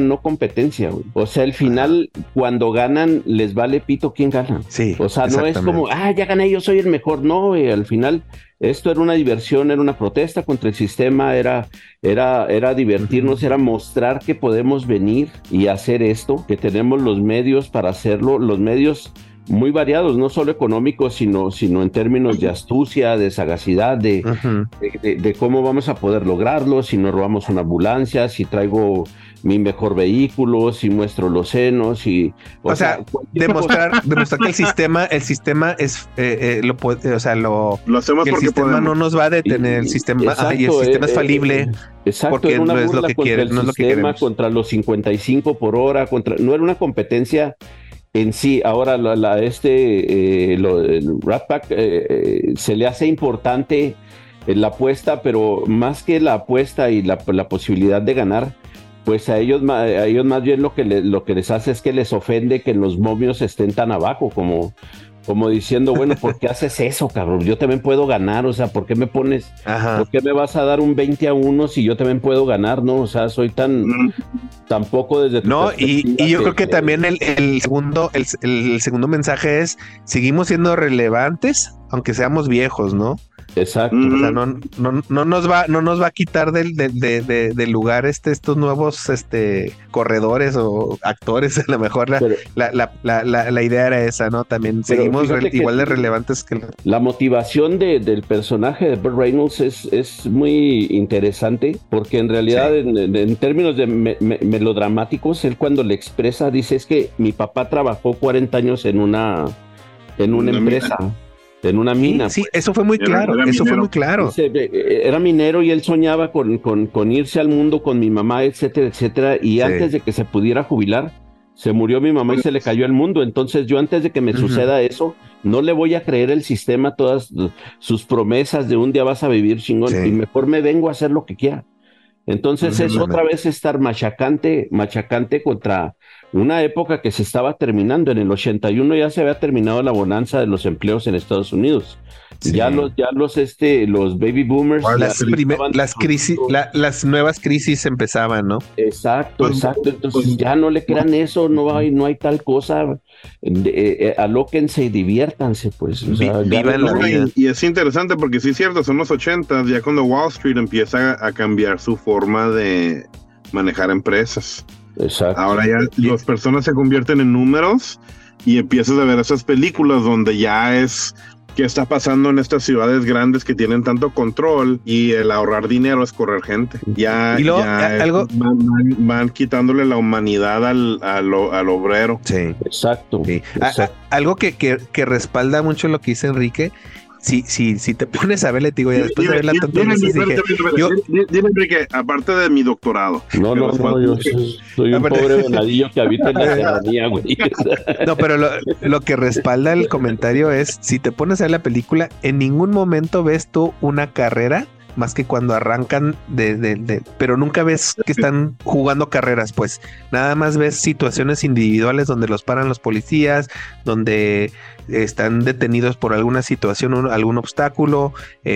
competencia, güey. O sea, al final, ajá, cuando ganan, les vale pito quién gana. Sí. O sea, no es como, ah, ya gané, yo soy el mejor. No, güey, al final, esto era una diversión, era una protesta contra el sistema, era, era, era divertirnos, uh-huh, era mostrar que podemos venir y hacer esto, que tenemos los medios para hacerlo, los medios muy variados, no solo económicos, sino, sino en términos de astucia, de sagacidad, de, uh-huh, de, de, de cómo vamos a poder lograrlo, si nos robamos una ambulancia, si traigo mi mejor vehículo, si muestro los senos, y o, o sea, sea demostrar, cosa... demostrar que el sistema, el sistema es, eh, eh, lo puede, o sea, lo, lo hacemos que el porque sistema podemos. no nos va a detener, el sistema, exacto, ah, y el sistema eh, es falible, eh, exacto, porque una no es lo que quiere, no es lo que queremos. Contra los cincuenta y cinco por hora, contra, no era una competencia en sí. Ahora la, la este eh, lo, el Rat Pack eh, eh, se le hace importante eh, la apuesta, pero más que la apuesta y la, la posibilidad de ganar, pues a ellos, a ellos más bien lo que, le, lo que les hace es que les ofende que los momios estén tan abajo, como, como diciendo, bueno, ¿por qué haces eso, cabrón? Yo también puedo ganar, o sea, ¿por qué me pones, ajá, por qué me vas a dar un veinte a uno si yo también puedo ganar, no? O sea, soy tan, mm. tampoco desde tu no, y, y yo que, creo que, que también el, el segundo, el, el segundo mensaje es, seguimos siendo relevantes, aunque seamos viejos, ¿no? Exacto. O sea, no, no, no nos va, no nos va a quitar del, del, de, de, del lugar este, estos nuevos este, corredores o actores. A lo mejor la, pero, la, la, la, la, la idea era esa, ¿no? También seguimos re, igual de relevantes que la, la motivación de, del personaje de Burt Reynolds es, es muy interesante, porque en realidad, sí, en, en términos de me, me, melodramáticos, él cuando le expresa, dice, es que mi papá trabajó cuarenta años en una, en una, una empresa. Mina. En una mina. Sí, sí, pues. eso fue muy claro, era, era eso minero. fue muy claro. Era minero y él soñaba con, con, con irse al mundo con mi mamá, etcétera, etcétera, y sí, antes de que se pudiera jubilar, se murió mi mamá y se le cayó el mundo. Entonces yo antes de que me uh-huh. suceda eso, no le voy a creer el sistema todas sus promesas de un día vas a vivir chingón, sí, y mejor me vengo a hacer lo que quiera. Entonces uh-huh. es otra vez estar machacante, machacante contra una época que se estaba terminando. En el ochenta y uno ya se había terminado la bonanza de los empleos en Estados Unidos. Sí. Ya los, ya los, este, los baby boomers. Bueno, las, primer, las crisis, la, las nuevas crisis empezaban, ¿no? Exacto, pues, exacto. Entonces pues, ya no le crean eso, no hay, no hay tal cosa. De, eh, alóquense y diviértanse, pues. O sea, vivan la vida. Y, y es interesante porque sí es cierto, son los ochentas, ya cuando Wall Street empieza a, a cambiar su forma de manejar empresas. Exacto. Ahora ya las personas se convierten en números y empiezas a ver esas películas donde ya es qué está pasando en estas ciudades grandes que tienen tanto control y el ahorrar dinero es correr gente. Ya, y luego, ya es, algo... van, van, van quitándole la humanidad al, al, al obrero. Sí, exacto. Sí. exacto. A, a, algo que, que, que respalda mucho lo que dice Enrique. Si, si, si te pones a ver, le digo, ya después dime, de verla tantas veces dije... Yo... Dime, Enrique, aparte de mi doctorado... No, no, no, yo soy un pobre venadillo que habita en la serranía, güey. No, pero lo, lo que respalda el comentario es, si te pones a ver la película, en ningún momento ves tú una carrera, más que cuando arrancan de, de, de... Pero nunca ves que están jugando carreras, pues. Nada más ves situaciones individuales donde los paran los policías, donde... están detenidos por alguna situación, un, algún obstáculo,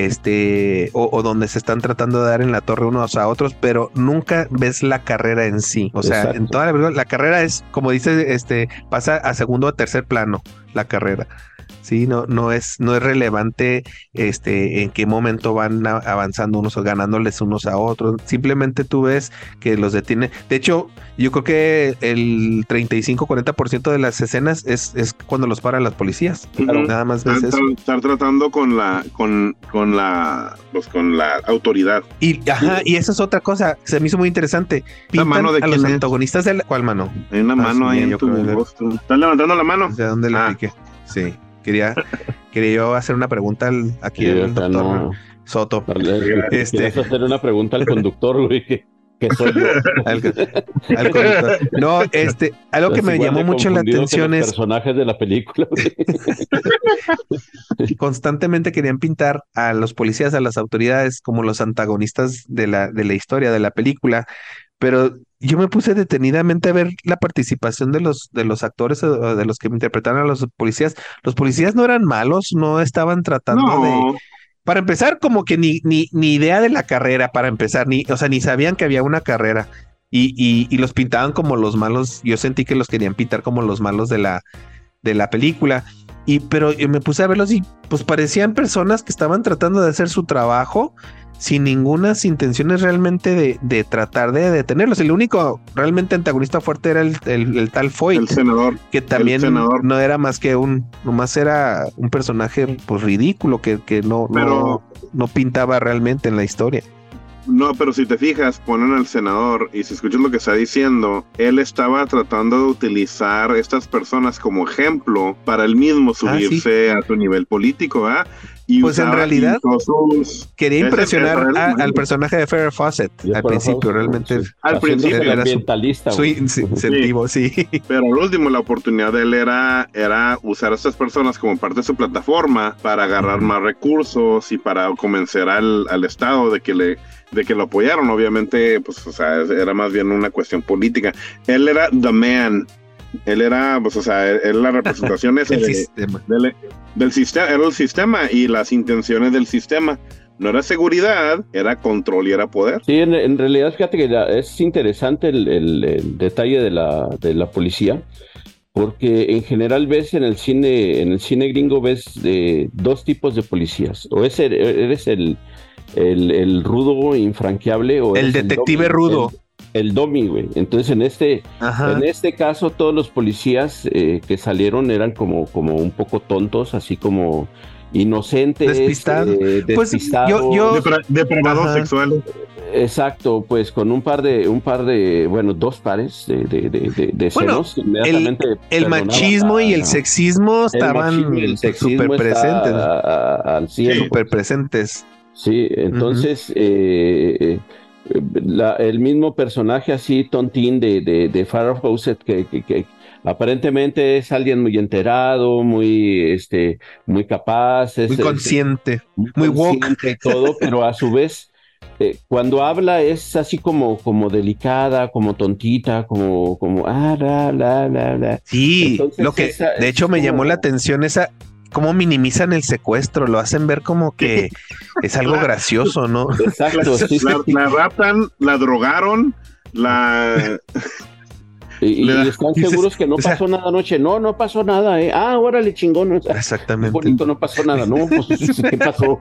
este, o, o donde se están tratando de dar en la torre unos a otros, pero nunca ves la carrera en sí. O sea, exacto, en toda la verdad, la carrera es, como dice, este, pasa a segundo o tercer plano la carrera. Sí, no, no es, no es relevante este en qué momento van a, avanzando unos o ganándoles unos a otros. Simplemente tú ves que los detiene. De hecho, yo creo que el treinta y cinco a cuarenta por ciento de las escenas es, es cuando los paran las policías. Claro, uh-huh. Nada más ves estar, eso. Estar tratando con la, con, con la, pues con la autoridad. Y, ajá, y esa es otra cosa. Se me hizo muy interesante. Pintan mano de a los es? antagonistas de la... ¿Cuál mano? Hay una mano ah, sí, ahí en tu rostro. ¿Estás levantando la mano? ¿De dónde ah. le piqué? Sí. Quería, quería yo hacer una pregunta al, aquí al doctor no. Soto. Este... Quieres hacer una pregunta al conductor, güey, que, que soy yo. al, al conductor. No, este, algo que me llamó mucho la atención es... personajes de la película. Constantemente querían pintar a los policías, a las autoridades, como los antagonistas de la, de la historia, de la película, pero... Yo me puse detenidamente a ver la participación de los, de los actores o de los que interpretaron a los policías. Los policías no eran malos, no estaban tratando no. de... Para empezar, como que ni, ni, ni idea de la carrera, para empezar, ni, o sea, ni sabían que había una carrera. y, y, y los pintaban como los malos. Yo sentí que los querían pintar como los malos de la, de la película. Y pero yo me puse a verlos y pues parecían personas que estaban tratando de hacer su trabajo sin ninguna intenciones realmente de, de tratar de detenerlos. El único realmente antagonista fuerte era el, el, el tal Foyt, El senador. que también senador. no era más que un, nomás era un personaje pues ridículo que, que no, Pero, no, no pintaba realmente en la historia. No, pero si te fijas, ponen al senador y si escuchas lo que está diciendo, él estaba tratando de utilizar estas personas como ejemplo para él mismo subirse ah, sí. a su nivel político, ¿ah? Y pues en realidad sus... quería impresionar a, al personaje de Farrah Fawcett al principio, Fawcett, realmente. Sí. Al principio era ambientalista. Su incentivo, sí. sí. Pero al último la oportunidad de él era, era usar a estas personas como parte de su plataforma para agarrar uh-huh. más recursos y para convencer al, al Estado de que le de que lo apoyaron. Obviamente, pues, o sea, era más bien una cuestión política. Él era the man. Él era, pues, o sea, él la representación esa del de, sistema. De, del sistema, era el sistema y las intenciones del sistema. No era seguridad, era control y era poder. Sí, en, en realidad, fíjate que la, es interesante el, el, el detalle de la, de la policía, porque en general ves en el cine, en el cine gringo ves de dos tipos de policías. O es el, eres el El, el rudo infranqueable o el detective el domi, rudo el, el domi, güey. Entonces en este Ajá. en este caso todos los policías eh, que salieron eran como como un poco tontos, así como inocentes, despistados, eh, despistado. Pues yo, yo... Depra- depravados sexuales. Exacto, pues con un par de, un par de, bueno, dos pares de, de, de, de, de bueno, senos. Inmediatamente el, el machismo a, y el sexismo estaban súper presentes. A, a, al cielo. Súper presentes. Sí, entonces uh-huh. eh, la, el mismo personaje así tontín de, de, de Farrah Fawcett que, que, que aparentemente es alguien muy enterado, muy este, muy capaz, es, muy consciente, es, muy, muy consciente woke, y todo, pero a su vez eh, cuando habla es así como, como delicada, como tontita, como, como ah, la, la, la, la. Sí, entonces, lo que esa, de hecho me como... llamó la atención esa cómo minimizan el secuestro, lo hacen ver como que es algo gracioso, ¿no? Exacto. La, sí, sí. la, la raptan, la drogaron, la... Y, y están seguros que no pasó o sea, nada anoche. No, no pasó nada, ¿eh? Ah, órale, chingón. O sea, exactamente. Bonito, no pasó nada, ¿no? Pues, ¿qué pasó?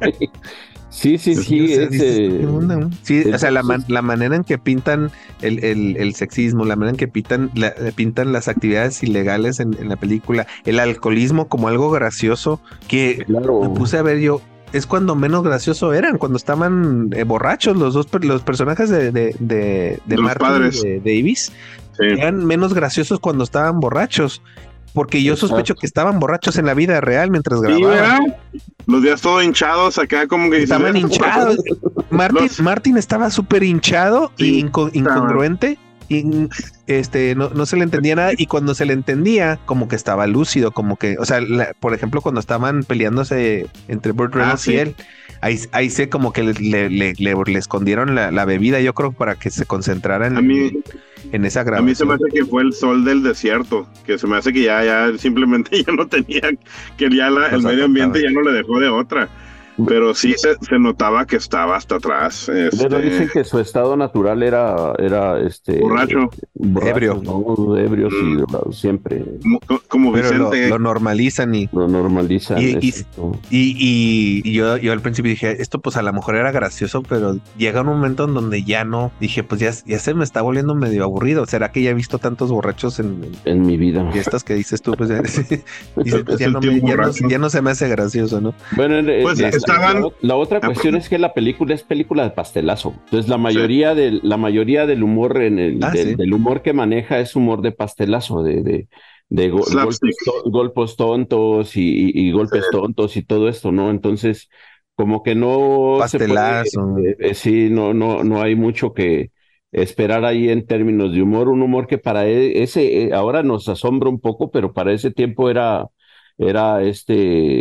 Sí, sí, sí. O sea, es, dices, eh, sí, o sea, la, man, la manera en que pintan el, el, el sexismo, la manera en que pintan, la, pintan las actividades ilegales en, en la película, el alcoholismo como algo gracioso, que claro. me puse a ver yo. Es cuando menos gracioso eran, cuando estaban eh, borrachos los dos los personajes de, de, de, de Martin y de Davis. Sí. Eran menos graciosos cuando estaban borrachos, porque yo Exacto. sospecho que estaban borrachos en la vida real mientras grababan. Sí, los días todos hinchados acá como que... Estaban hinchados. Martin, los... Martin estaba súper hinchado sí, e inco incongruente. Y, este, no, no se le entendía nada, y cuando se le entendía, como que estaba lúcido, como que, o sea, la, por ejemplo, cuando estaban peleándose entre Burt Reynolds ah, sí. y él, ahí, ahí sé como que le, le, le, le escondieron la, la bebida, yo creo, para que se concentraran en, mí, en esa grabación. A mí se me hace que fue el sol del desierto, que se me hace que ya, ya simplemente ya no tenía, que ya la, el medio ambiente ya no le dejó de otra. Pero sí se, se notaba que estaba hasta atrás. Este... Pero dicen que su estado natural era, era este borracho, borracho ebrio, ¿no? Ebrio, sí, mm. siempre. Como, como Vicente. Lo, lo normalizan y lo normalizan. Y, y, y, y, y yo, yo al principio dije, esto pues a lo mejor era gracioso, pero llega un momento en donde ya no. Dije, pues ya, ya se me está volviendo medio aburrido. ¿Será que ya he visto tantos borrachos en, en, en mi vida? Y estas que dices tú, pues ya, dices, pues, ya, no me, ya, no, ya no se me hace gracioso, ¿no? Bueno, pues, la, estaban... la, la otra cuestión es que la película es película de pastelazo. Entonces la mayoría, sí. de, la mayoría del humor en el, ah, del, sí. del humor que maneja es humor de pastelazo, de, de, de go, golpes, to, golpes tontos y, y, y golpes sí. tontos y todo esto, ¿no? Entonces, como que no pastelazo. Se puede, eh, sí, no, no, no hay mucho que esperar ahí en términos de humor, un humor que para ese, eh, ahora nos asombra un poco, pero para ese tiempo era era este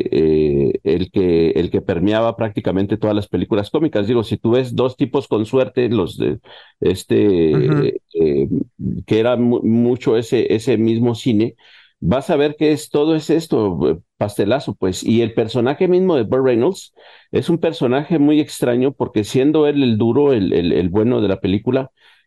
eh, el que el que permeaba prácticamente todas las películas cómicas. Digo, si tú ves Dos tipos con suerte, los de este uh-huh. eh, que era mu mucho ese ese mismo cine, vas a ver que es todo es esto, pastelazo, pues. Y el personaje mismo de Burt Reynolds es un personaje muy extraño, porque siendo él el duro, el, el, el bueno de la película,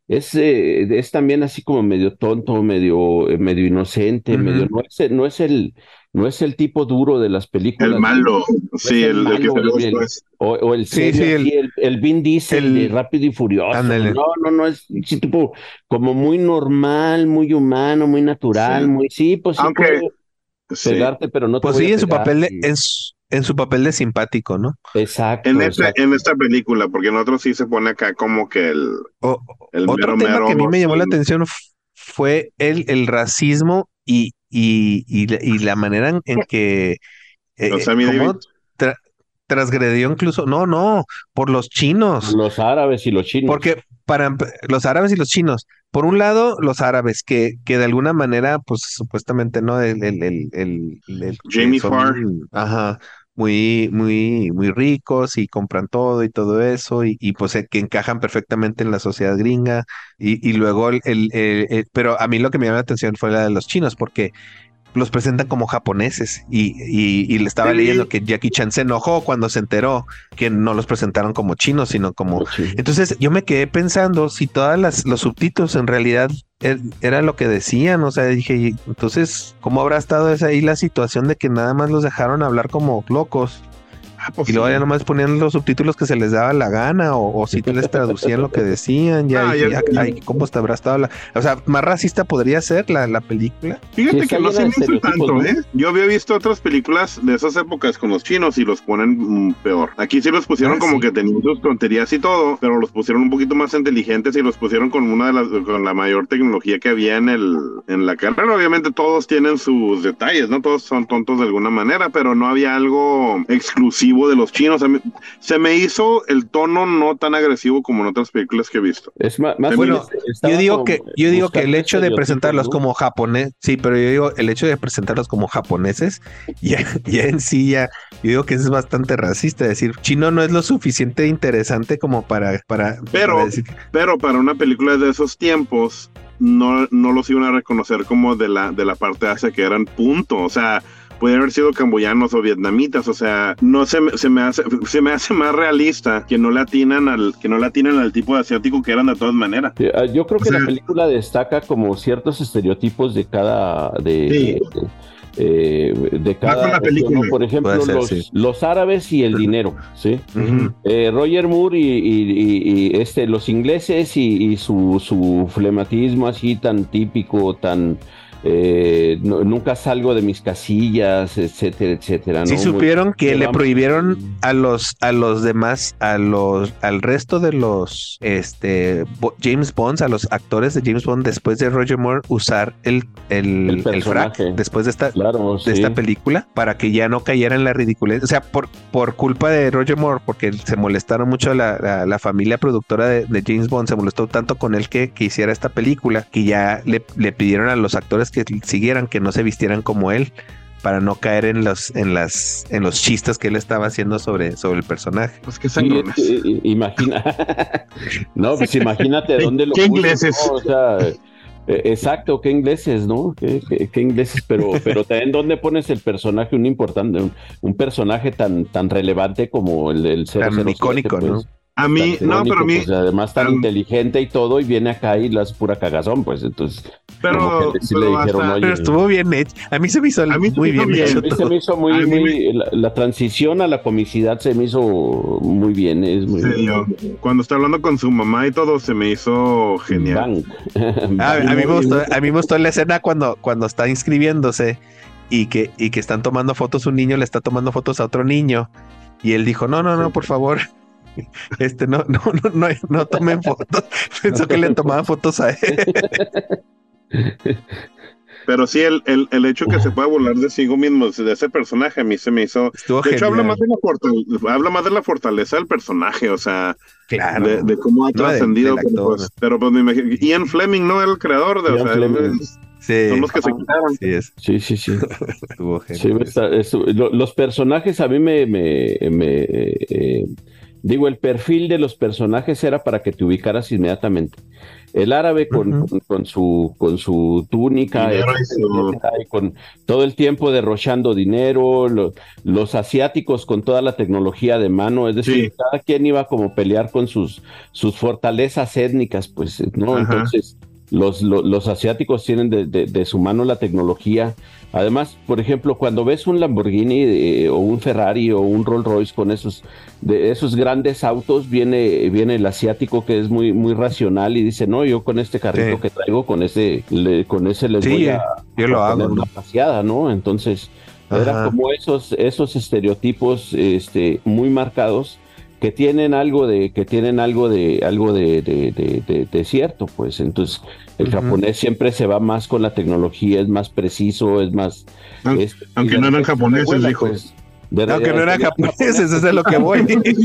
es, eh, es también así como medio tonto, medio, eh, medio inocente, Ujú. medio, no es, el- no es el, no es el tipo duro de las El películas, malo, no es sí, el el, el que malo, salió el, el- después. o, o el Sí, serio sí, así, el, el, el Vin Diesel de el, Rápido y Furioso. ándale. No, no, no, es sí, tipo como muy normal, muy humano, muy Sí. natural, muy, sí, pues sí Aunque, puedo sí. pegarte, pero no te Pues voy sí, a en su pegar. papel de, Y- en su, en su papel de simpático, ¿no? En Exacto, este, en exacto. esta película, porque en otros sí se pone acá como que el, O- el otro mero tema mero, que a mí me llamó la el- atención f- fue el, el racismo y, y, y, la y la manera en, en que, con eh, Sammy Davis. cómo tra- transgredió incluso, no, no, por los chinos. Los árabes y los chinos. Porque para empe- los árabes y los chinos, por un lado, los árabes que, que de alguna manera, pues supuestamente, ¿no? El, el, el, el- el- que Jamie Farr. son, ajá, muy, muy, muy ricos y compran todo y todo eso, y, y pues eh, que encajan perfectamente en la sociedad gringa. Y, y luego, el, el- el- el- pero a mí lo que me llamó la atención fue la de los chinos, porque los presentan como japoneses y, y, y le estaba leyendo Sí, que Jackie Chan se enojó cuando se enteró que no los presentaron como chinos, sino como... Los chinos. Entonces yo me quedé pensando si todas las los subtítulos en realidad er- era lo que decían, o sea, dije, y entonces, ¿cómo habrá estado esa ahí la situación de que nada más los dejaron hablar como locos? ah, pues Y luego sí. ya nomás ponían los subtítulos que se les daba la gana, o, o si te les traducían lo que decían, ya Ah, dije, ya- ya, ay, ¿cómo te habrá estado la... O sea, más racista podría ser la, la película. Sí, Fíjate está que no llena se de me hizo estereotipos, tanto, ¿no? ¿eh? Yo había visto otras películas de esas épocas con los chinos y los ponen mm, peor. Aquí sí los pusieron Ah, como sí. que tenían sus tonterías y todo, pero los pusieron un poquito más inteligentes y los pusieron con una de las, con la mayor tecnología que había en el, en la carrera. Obviamente todos tienen sus detalles, ¿no? Todos son tontos de alguna manera, pero no había algo exclusivo de los chinos. A mí- se me hizo el tono no tan agresivo como en otras películas que he visto. Es más, más Bueno, bien, Yo estaba digo como que, yo digo que el buscando hecho de estereotipos, presentarlos ¿no? como japonés, sí, pero yo digo el hecho de presentarlos como japoneses, ya, ya en sí ya, yo digo que eso es bastante racista, decir chino no es lo suficiente interesante como para, para, Pero, para decir, pero para una película de esos tiempos, no, no los iban a reconocer como de la, de la parte de Asia que eran punto. O sea, pueden haber sido camboyanos o vietnamitas. O sea, no se, me- se me hace, se me hace más realista que no le atinan al, que no le atinan al tipo de asiático que eran de todas maneras. Sí, ah, yo creo O que sea- la película destaca como ciertos estereotipos de cada de, Sí. de, eh, de con cada la región, película. ¿no? Por ejemplo, Puede ser, los, sí. los árabes y el dinero, ¿sí? ujú, Eh, Roger Moore y, y- y- y, este, los ingleses y, y su, su flematismo así tan típico, tan eh, no- nunca salgo de mis casillas, etcétera, etcétera. sí ¿no? supieron Muy- que le vamos- prohibieron a los, a los demás, a los, al resto de los, este, Bo- James Bonds, a los actores de James Bond después de Roger Moore usar el, el, El el frac personaje. después de esta, Claro, de sí. esta película para que ya no cayera en la ridiculez. O sea, por, por culpa de Roger Moore, porque se molestaron mucho la, la, la familia productora de, de James Bond, se molestó tanto con él que, que hiciera esta película, que ya le, le pidieron a los actores que siguieran, que no se vistieran como él, para no caer en los, en las, en los chistes que él estaba haciendo sobre, sobre el personaje. Pues qué Sí, sangrones. es que, eh, imagina. No, pues imagínate dónde lo ¿Qué puso, ingleses? ¿no? O sea, eh, exacto, qué ingleses, ¿no? Qué, qué- qué ingleses, pero, pero también dónde pones el personaje, un importante, un, un personaje tan, tan relevante como el del cero cero siete, icónico, pues, ¿no? A mí, tan no, pero a mí, pues, además tan um, inteligente y todo, y viene acá y las pura cagazón, pues entonces, pero, como que sí le pero dijeron, hasta- oye, Pero estuvo bien hecho. A mí se me hizo A mí se muy me hizo bien bien. hecho a mí se todo. me hizo A muy, mí muy, la, la transición a la comicidad se me hizo muy bien, es muy se dio. Cuando está hablando con su mamá y todo, se me hizo genial. Bang. Ah, Bang. a, mí me gustó, a mí me gustó la escena cuando, cuando está inscribiéndose y que, y que están tomando fotos, un niño le está tomando fotos a otro niño y él dijo, no, no, no, por favor, este, no, no, no, no, no tomen fotos. Pensó que le tomaban fotos a él. Pero sí, el, el, el hecho que se pueda burlar de sí mismo, de ese personaje, a mí se me hizo. Estuvo De hecho, habla genial. más de la fortaleza, habla más de la fortaleza del personaje, o sea, Claro. de, de cómo ha No, del- trascendido. del pero, actor, pues, pero pues me imagino. Ian Fleming, ¿no? El creador de, o Ian sea, Fleming. es- Sí, son los que se quitaron. sí, es, Sí, sí, sí. estuvo Sí, genial. está- es- lo- los personajes a mí me, me, me, eh, digo, el perfil de los personajes era para que te ubicaras inmediatamente. El árabe con, uh-huh. con, con su con su túnica, etcétera, etcétera, y con todo el tiempo derrochando dinero, lo, los asiáticos con toda la tecnología de mano, es decir, sí. cada quien iba como a pelear con sus, sus fortalezas étnicas, pues, ¿no? Ajá. Entonces, los, los, los asiáticos tienen de, de, de su mano la tecnología. Además, por ejemplo, cuando ves un Lamborghini eh, o un Ferrari o un Rolls Royce con esos, de esos grandes autos, viene, viene el asiático que es muy, muy racional y dice, no, yo con este carrito sí. que traigo, con ese, le, con ese les sí, voy a, yo lo a hago, poner ¿no? una paseada, ¿no? Entonces, Ajá. eran como esos, esos estereotipos este, muy marcados que tienen algo de, que tienen algo de, algo de, de, de, de, de cierto, pues. Entonces, el uh-huh. japonés siempre se va más con la tecnología, es más preciso, es más... Aunque, es, aunque no eran japoneses, dijo. Pues, de, Aunque de, no eran japoneses, eso es de lo que voy.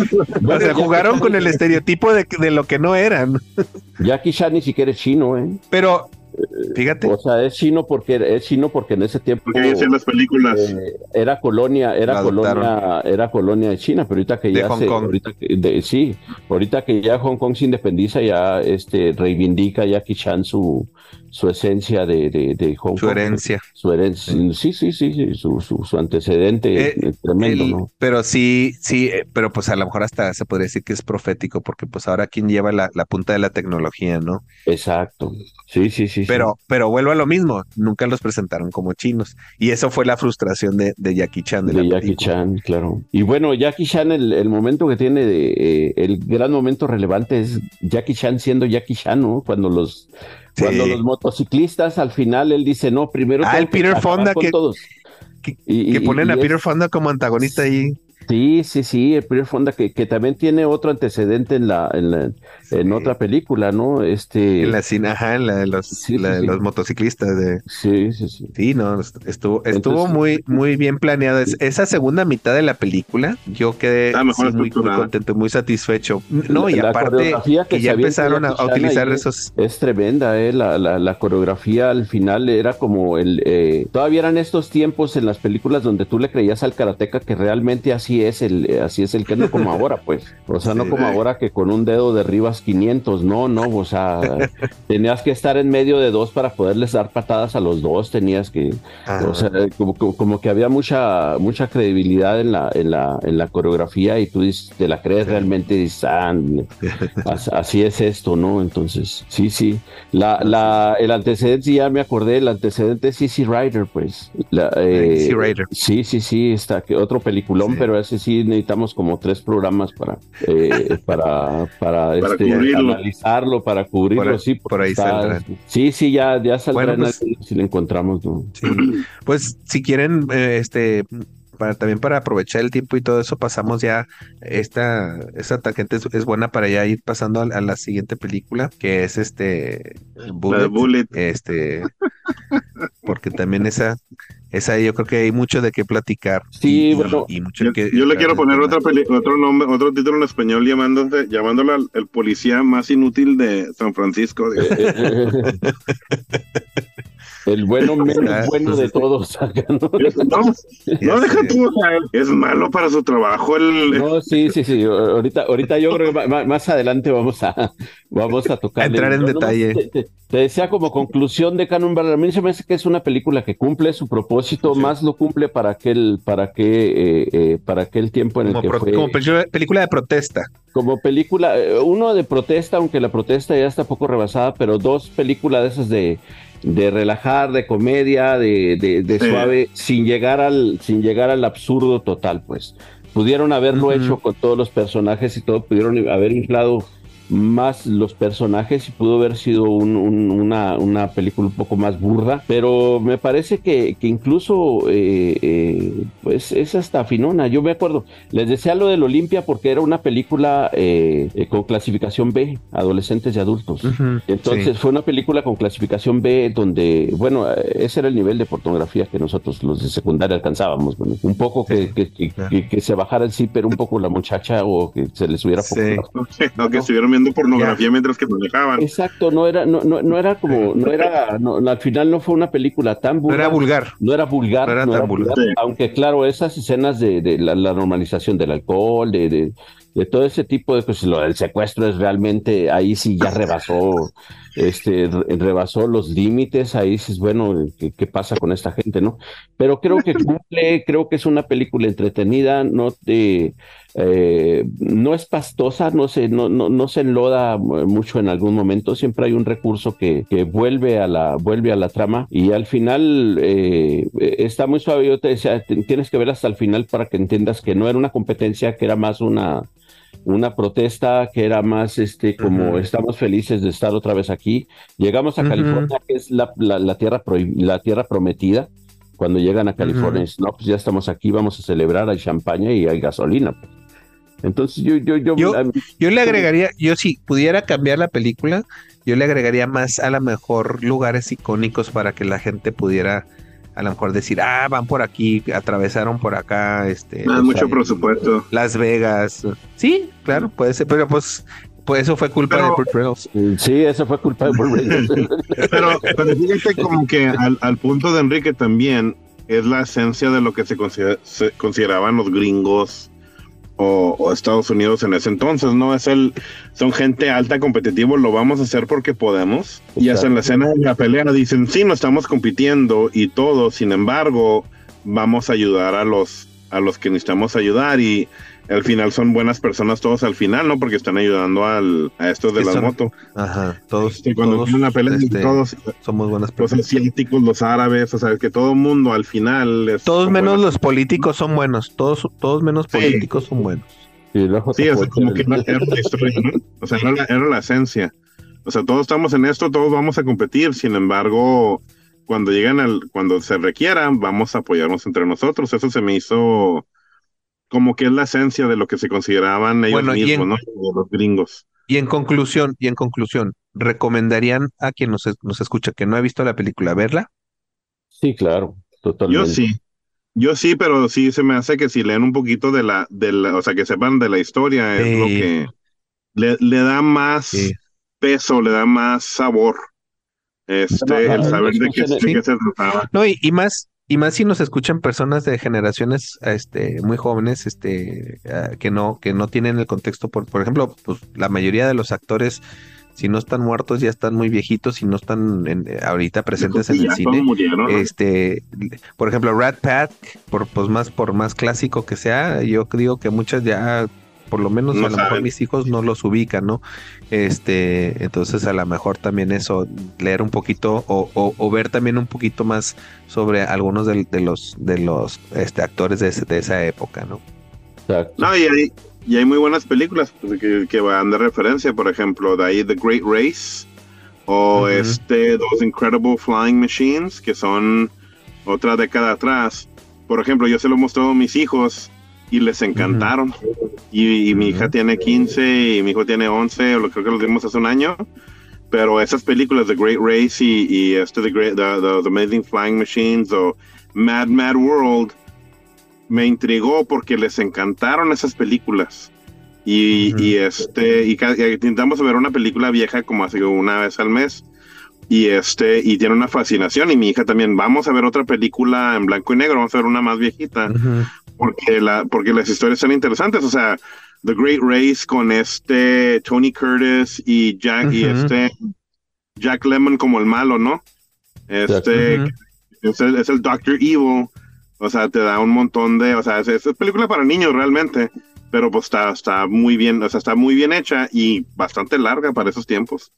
O sea, jugaron con el estereotipo de, de lo que no eran. Jackie Chan ni siquiera es chino, ¿eh? Pero... Fíjate. O sea, es chino porque es chino porque en ese tiempo porque hacían las películas. Eh, era colonia, era colonia, era colonia de China, pero ahorita que de ya Hong se, Kong. ahorita que, de, sí, ahorita que ya Hong Kong se independiza, ya este reivindica Jackie Chan su su esencia de, de, de Hong su Kong. Herencia. Su herencia. Sí, sí, sí, sí su, su, su antecedente eh, tremendo, el, ¿no? Pero sí, sí, pero pues a lo mejor hasta se podría decir que es profético, porque pues ahora quien lleva la, la punta de la tecnología, ¿no? Exacto. Sí, sí, sí. Pero, sí. pero vuelvo a lo mismo, nunca los presentaron como chinos. Y eso fue la frustración de, de Jackie Chan. De, de la Jackie película. Chan, claro. Y bueno, Jackie Chan, el, el momento que tiene, de, eh, el gran momento relevante es Jackie Chan siendo Jackie Chan, ¿no? Cuando los, sí. cuando los motociclistas al final, él dice, no, primero... Ah, el Peter Fonda que, todos. que, y, que ponen y, y a Peter es, Fonda como antagonista ahí. Sí, sí, sí, el Peter Fonda que, que también tiene otro antecedente en la en, la, sí. en otra película, ¿no? Este en la cine, ajá, en la de los, sí, la sí, de sí. los motociclistas de Sí, sí, sí. Sí, no, estuvo estuvo Entonces, muy muy bien planeada. Esa segunda mitad de la película, yo quedé ah, sí, muy, muy contento, muy satisfecho. No, y la aparte que, que ya empezaron a, a utilizar esos es tremenda, eh, la, la, la coreografía al final era como el eh, todavía eran estos tiempos en las películas donde tú le creías al karateca que realmente así es el así es el que no como ahora, pues. O sea, sí, no como sí. ahora que con un dedo derribas quinientos, no, no, o sea, tenías que estar en medio de dos para poderles dar patadas a los dos, tenías que, Ajá. o sea, como, como que había mucha mucha credibilidad en la en la en la coreografía y tú dices, te la crees sí. realmente y dices, ah, así es esto, ¿no? Entonces, sí, sí. La, la, el antecedente, ya me acordé, el antecedente es Easy Rider, pues. La, eh, Easy Rider. Sí, sí, sí, está que otro peliculón, sí. pero ese sí necesitamos como tres programas para eh, para, para, para este, cubrirlo. analizarlo, para cubrirlo, por, sí. Por ahí está, saldrá. Sí, sí, ya, ya saldrá bueno, pues, si lo encontramos, ¿no? Sí. Pues si quieren, eh, este... Para, también para aprovechar el tiempo y todo eso, pasamos ya, esta, esta tangente es, es buena para ya ir pasando a, a la siguiente película, que es este Bullet, Bullet. este porque también esa, esa yo creo que hay mucho de qué platicar. Sí, y, bueno, y mucho yo, que yo le quiero poner otra peli, otro nombre, otro título en español llamándose, llamándola el policía más inútil de San Francisco. El bueno menos bueno de todos. ¿no? No, no deja tú, o sea, es malo para su trabajo. El... No, sí, sí, sí. Ahorita, ahorita yo creo que más, más adelante vamos a, vamos a tocar. A entrar en no, detalle. No, te, te, te decía como conclusión de Cannon Barrel. A mí se me hace que es una película que cumple su propósito, sí. más lo cumple para aquel, para aquel, eh, eh, para aquel tiempo en como el que pro, fue. Como película de protesta. Como película, uno de protesta, aunque la protesta ya está poco rebasada, pero dos películas de esas de de relajar, de comedia, de, de, de sí. suave, sin llegar al, sin llegar al absurdo total, pues. Pudieron haberlo uh-huh. hecho con todos los personajes y todo, pudieron haber inflado más los personajes y pudo haber sido un, un, una, una película un poco más burda, pero me parece que, que incluso eh, eh, pues es hasta finona. Yo me acuerdo, les decía lo del Olimpia porque era una película eh, eh, con clasificación B, adolescentes y adultos. Uh-huh, Entonces sí. fue una película con clasificación B donde, bueno, ese era el nivel de pornografía que nosotros los de secundaria alcanzábamos. Bueno, un poco que, sí. que, que, yeah. que, que se bajara el zipper un poco la muchacha o que se les hubiera poco. Sí. La... No, que estuvieran viendo pornografía yeah. mientras que manejaban. Exacto, no era, no, no, no era como, no era, no, al final no fue una película tan vulgar. No era vulgar. No era vulgar, no era no tan era vulgar, vulgar. Sí. Aunque claro claro, esas escenas de, de la, la normalización del alcohol, de, de, de todo ese tipo de cosas, lo del secuestro es realmente, ahí sí ya rebasó, este, re- rebasó los límites, ahí sí es bueno, ¿qué, qué pasa con esta gente, no? Pero creo que cumple, creo que es una película entretenida, no te, eh, no es pastosa, no se, no, no, no se enloda eh, mucho en algún momento, siempre hay un recurso que, que vuelve a la, vuelve a la trama y al final eh, está muy suave. Yo te decía, te- tienes que ver hasta el final para que entiendas que no era una competencia, que era más una, una protesta, que era más este como Ujú, estamos felices de estar otra vez aquí. Llegamos a ujú, California, que es la, la, la tierra prohib- la tierra prometida. Cuando llegan a California, ujú. dicen, no, pues ya estamos aquí, vamos a celebrar, hay champaña y hay gasolina, pues. Entonces yo, yo, yo, Yo, a mí- yo le agregaría, yo si pudiera cambiar la película, yo le agregaría más a lo mejor lugares icónicos para que la gente pudiera a lo mejor decir, ah, van por aquí, atravesaron por acá, este, No hay no mucho sé, presupuesto. Las Vegas. Sí, claro, puede ser, pero pues, pues eso fue culpa de Pero, Burt Reynolds. sí, eso fue culpa de Burt Reynolds. pero, pero fíjate como que al, al punto de Enrique también es la esencia de lo que se, considera- se consideraban los gringos o, o Estados Unidos en ese entonces, ¿no? Es el, son gente alta competitivo, lo vamos a hacer porque podemos. Y hasta en la escena de la pelea dicen, sí, no estamos compitiendo y todo, sin embargo, vamos a ayudar a los, a los que necesitamos ayudar y al final son buenas personas todos al final, ¿no? Porque están ayudando al, a estos de Sí, las son- motos. Ajá, todos, Este, cuando todos, tienen una pelea, este, todos somos buenas los personas. asiáticos, los árabes, o sea, que todo el mundo al final es, Todos son menos buenas. los políticos son buenos, todos, todos menos Sí. políticos son buenos. Y luego Sí, te o sea, fue como que el- era, era la historia, ¿no? O sea, era la, era la esencia. O sea, todos estamos en esto, todos vamos a competir, sin embargo, cuando llegan al, cuando se requieran, vamos a apoyarnos entre nosotros. Eso se me hizo como que es la esencia de lo que se consideraban ellos Bueno, y mismos, en, ¿no? De los gringos. y en conclusión, y en conclusión, ¿recomendarían a quien nos, es- nos escucha que no ha visto la película verla? Sí, claro, Yo totalmente. sí, yo sí, pero sí se me hace que si leen un poquito de la, de la, o sea, que sepan de la historia, es lo Sí, que le, le da más sí, peso, le da más sabor, Bueno, este, el ah, saber de qué, escuchen, de sí. qué se trataba. No, y, y más, y más si nos escuchan personas de generaciones este, muy jóvenes, este, ah, que no, que no tienen el contexto, por, por ejemplo, pues la mayoría de los actores, si no están muertos, ya están muy viejitos y no están en- eh, ahorita presentes en Y el ya todos cine. murieron, ¿no? Este, por ejemplo, Rat Pack, por pues más, por más clásico que sea, yo digo que muchas ya, por lo menos No a lo mejor saben. mis hijos no los ubican, ¿no? Este, entonces a lo mejor también eso, leer un poquito o, o- o ver también un poquito más sobre algunos del- de, los de los este, actores de, ese- de esa época, ¿no? exacto. No, y hay, y hay muy buenas películas pues, que, que van de referencia, por ejemplo, de ahí The Great Race o Ujú. este Those Incredible Flying Machines, que son otra década atrás. Por ejemplo, yo se lo he mostrado a mis hijos y les encantaron. Y, y mi hija Ujú. tiene quince y mi hijo tiene once, o lo creo que los vimos hace un año. Pero esas películas, The Great Race y, y este The, Great, the, the- the Amazing Flying Machines o Mad Mad World, me intrigó porque les encantaron esas películas. Y, Ujú. y este y, ca- y intentamos ver una película vieja como hace una vez al mes. Y este, y tiene una fascinación. Y mi hija también, vamos a ver otra película en blanco y negro, vamos a ver una más viejita, Ujú. porque la, porque las historias son interesantes. O sea, The Great Race con este Tony Curtis y Jack y Ujú. este Jack Lemmon como el malo, ¿no? Este Ujú. es el, es el doctor Evil. O sea, te da un montón de, o sea, es, es película para niños realmente, pero pues está, está muy bien, o sea, está muy bien hecha y bastante larga para esos tiempos.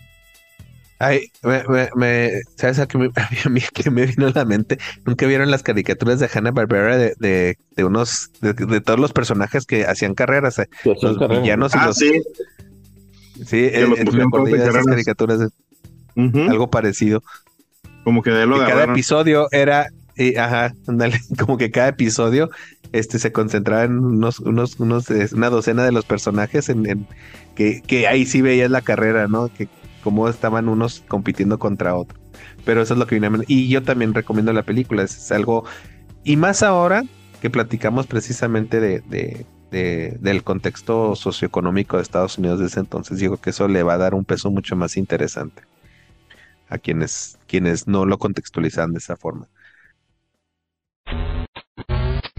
Ay, me, me, me- ¿sabes a qué me, a mí que me vino a la mente? ¿Nunca vieron las caricaturas de Hanna-Barbera de, de, de unos, de, de todos los personajes que hacían carreras, eh, Que hacían los carreras. villanos y Ah, los, sí, sí, que eh, los eh, me pusieron todos acordé en de esas carreras. caricaturas, de Ujú. algo parecido, Como que de ahí lo que cada agarraron. episodio era, eh, ajá, ándale, como que cada episodio, este, se concentraba en unos, unos, unos, eh, una docena de los personajes en, en- que, que ahí sí veías la carrera, ¿no? Que cómo estaban unos compitiendo contra otros. Pero eso es lo que viene a mente. Y yo también recomiendo la película, es, es algo, y más ahora que platicamos precisamente de, de, de- del contexto socioeconómico de Estados Unidos de ese entonces, digo que eso le va a dar un peso mucho más interesante a quienes, quienes no lo contextualizan de esa forma.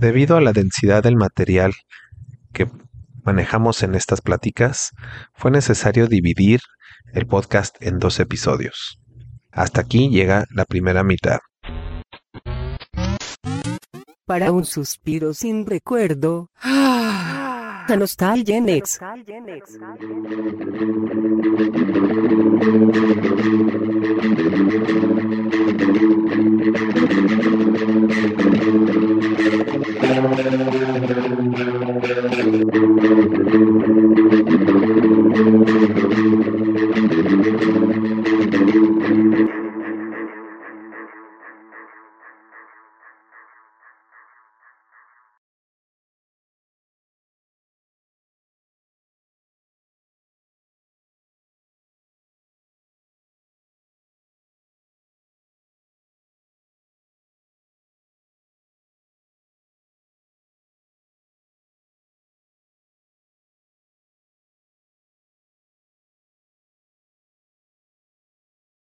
Debido a la densidad del material que manejamos en estas pláticas, fue necesario dividir el podcast en dos episodios. Hasta aquí llega la primera mitad. Para un suspiro sin recuerdo. La nostalgia en Ex.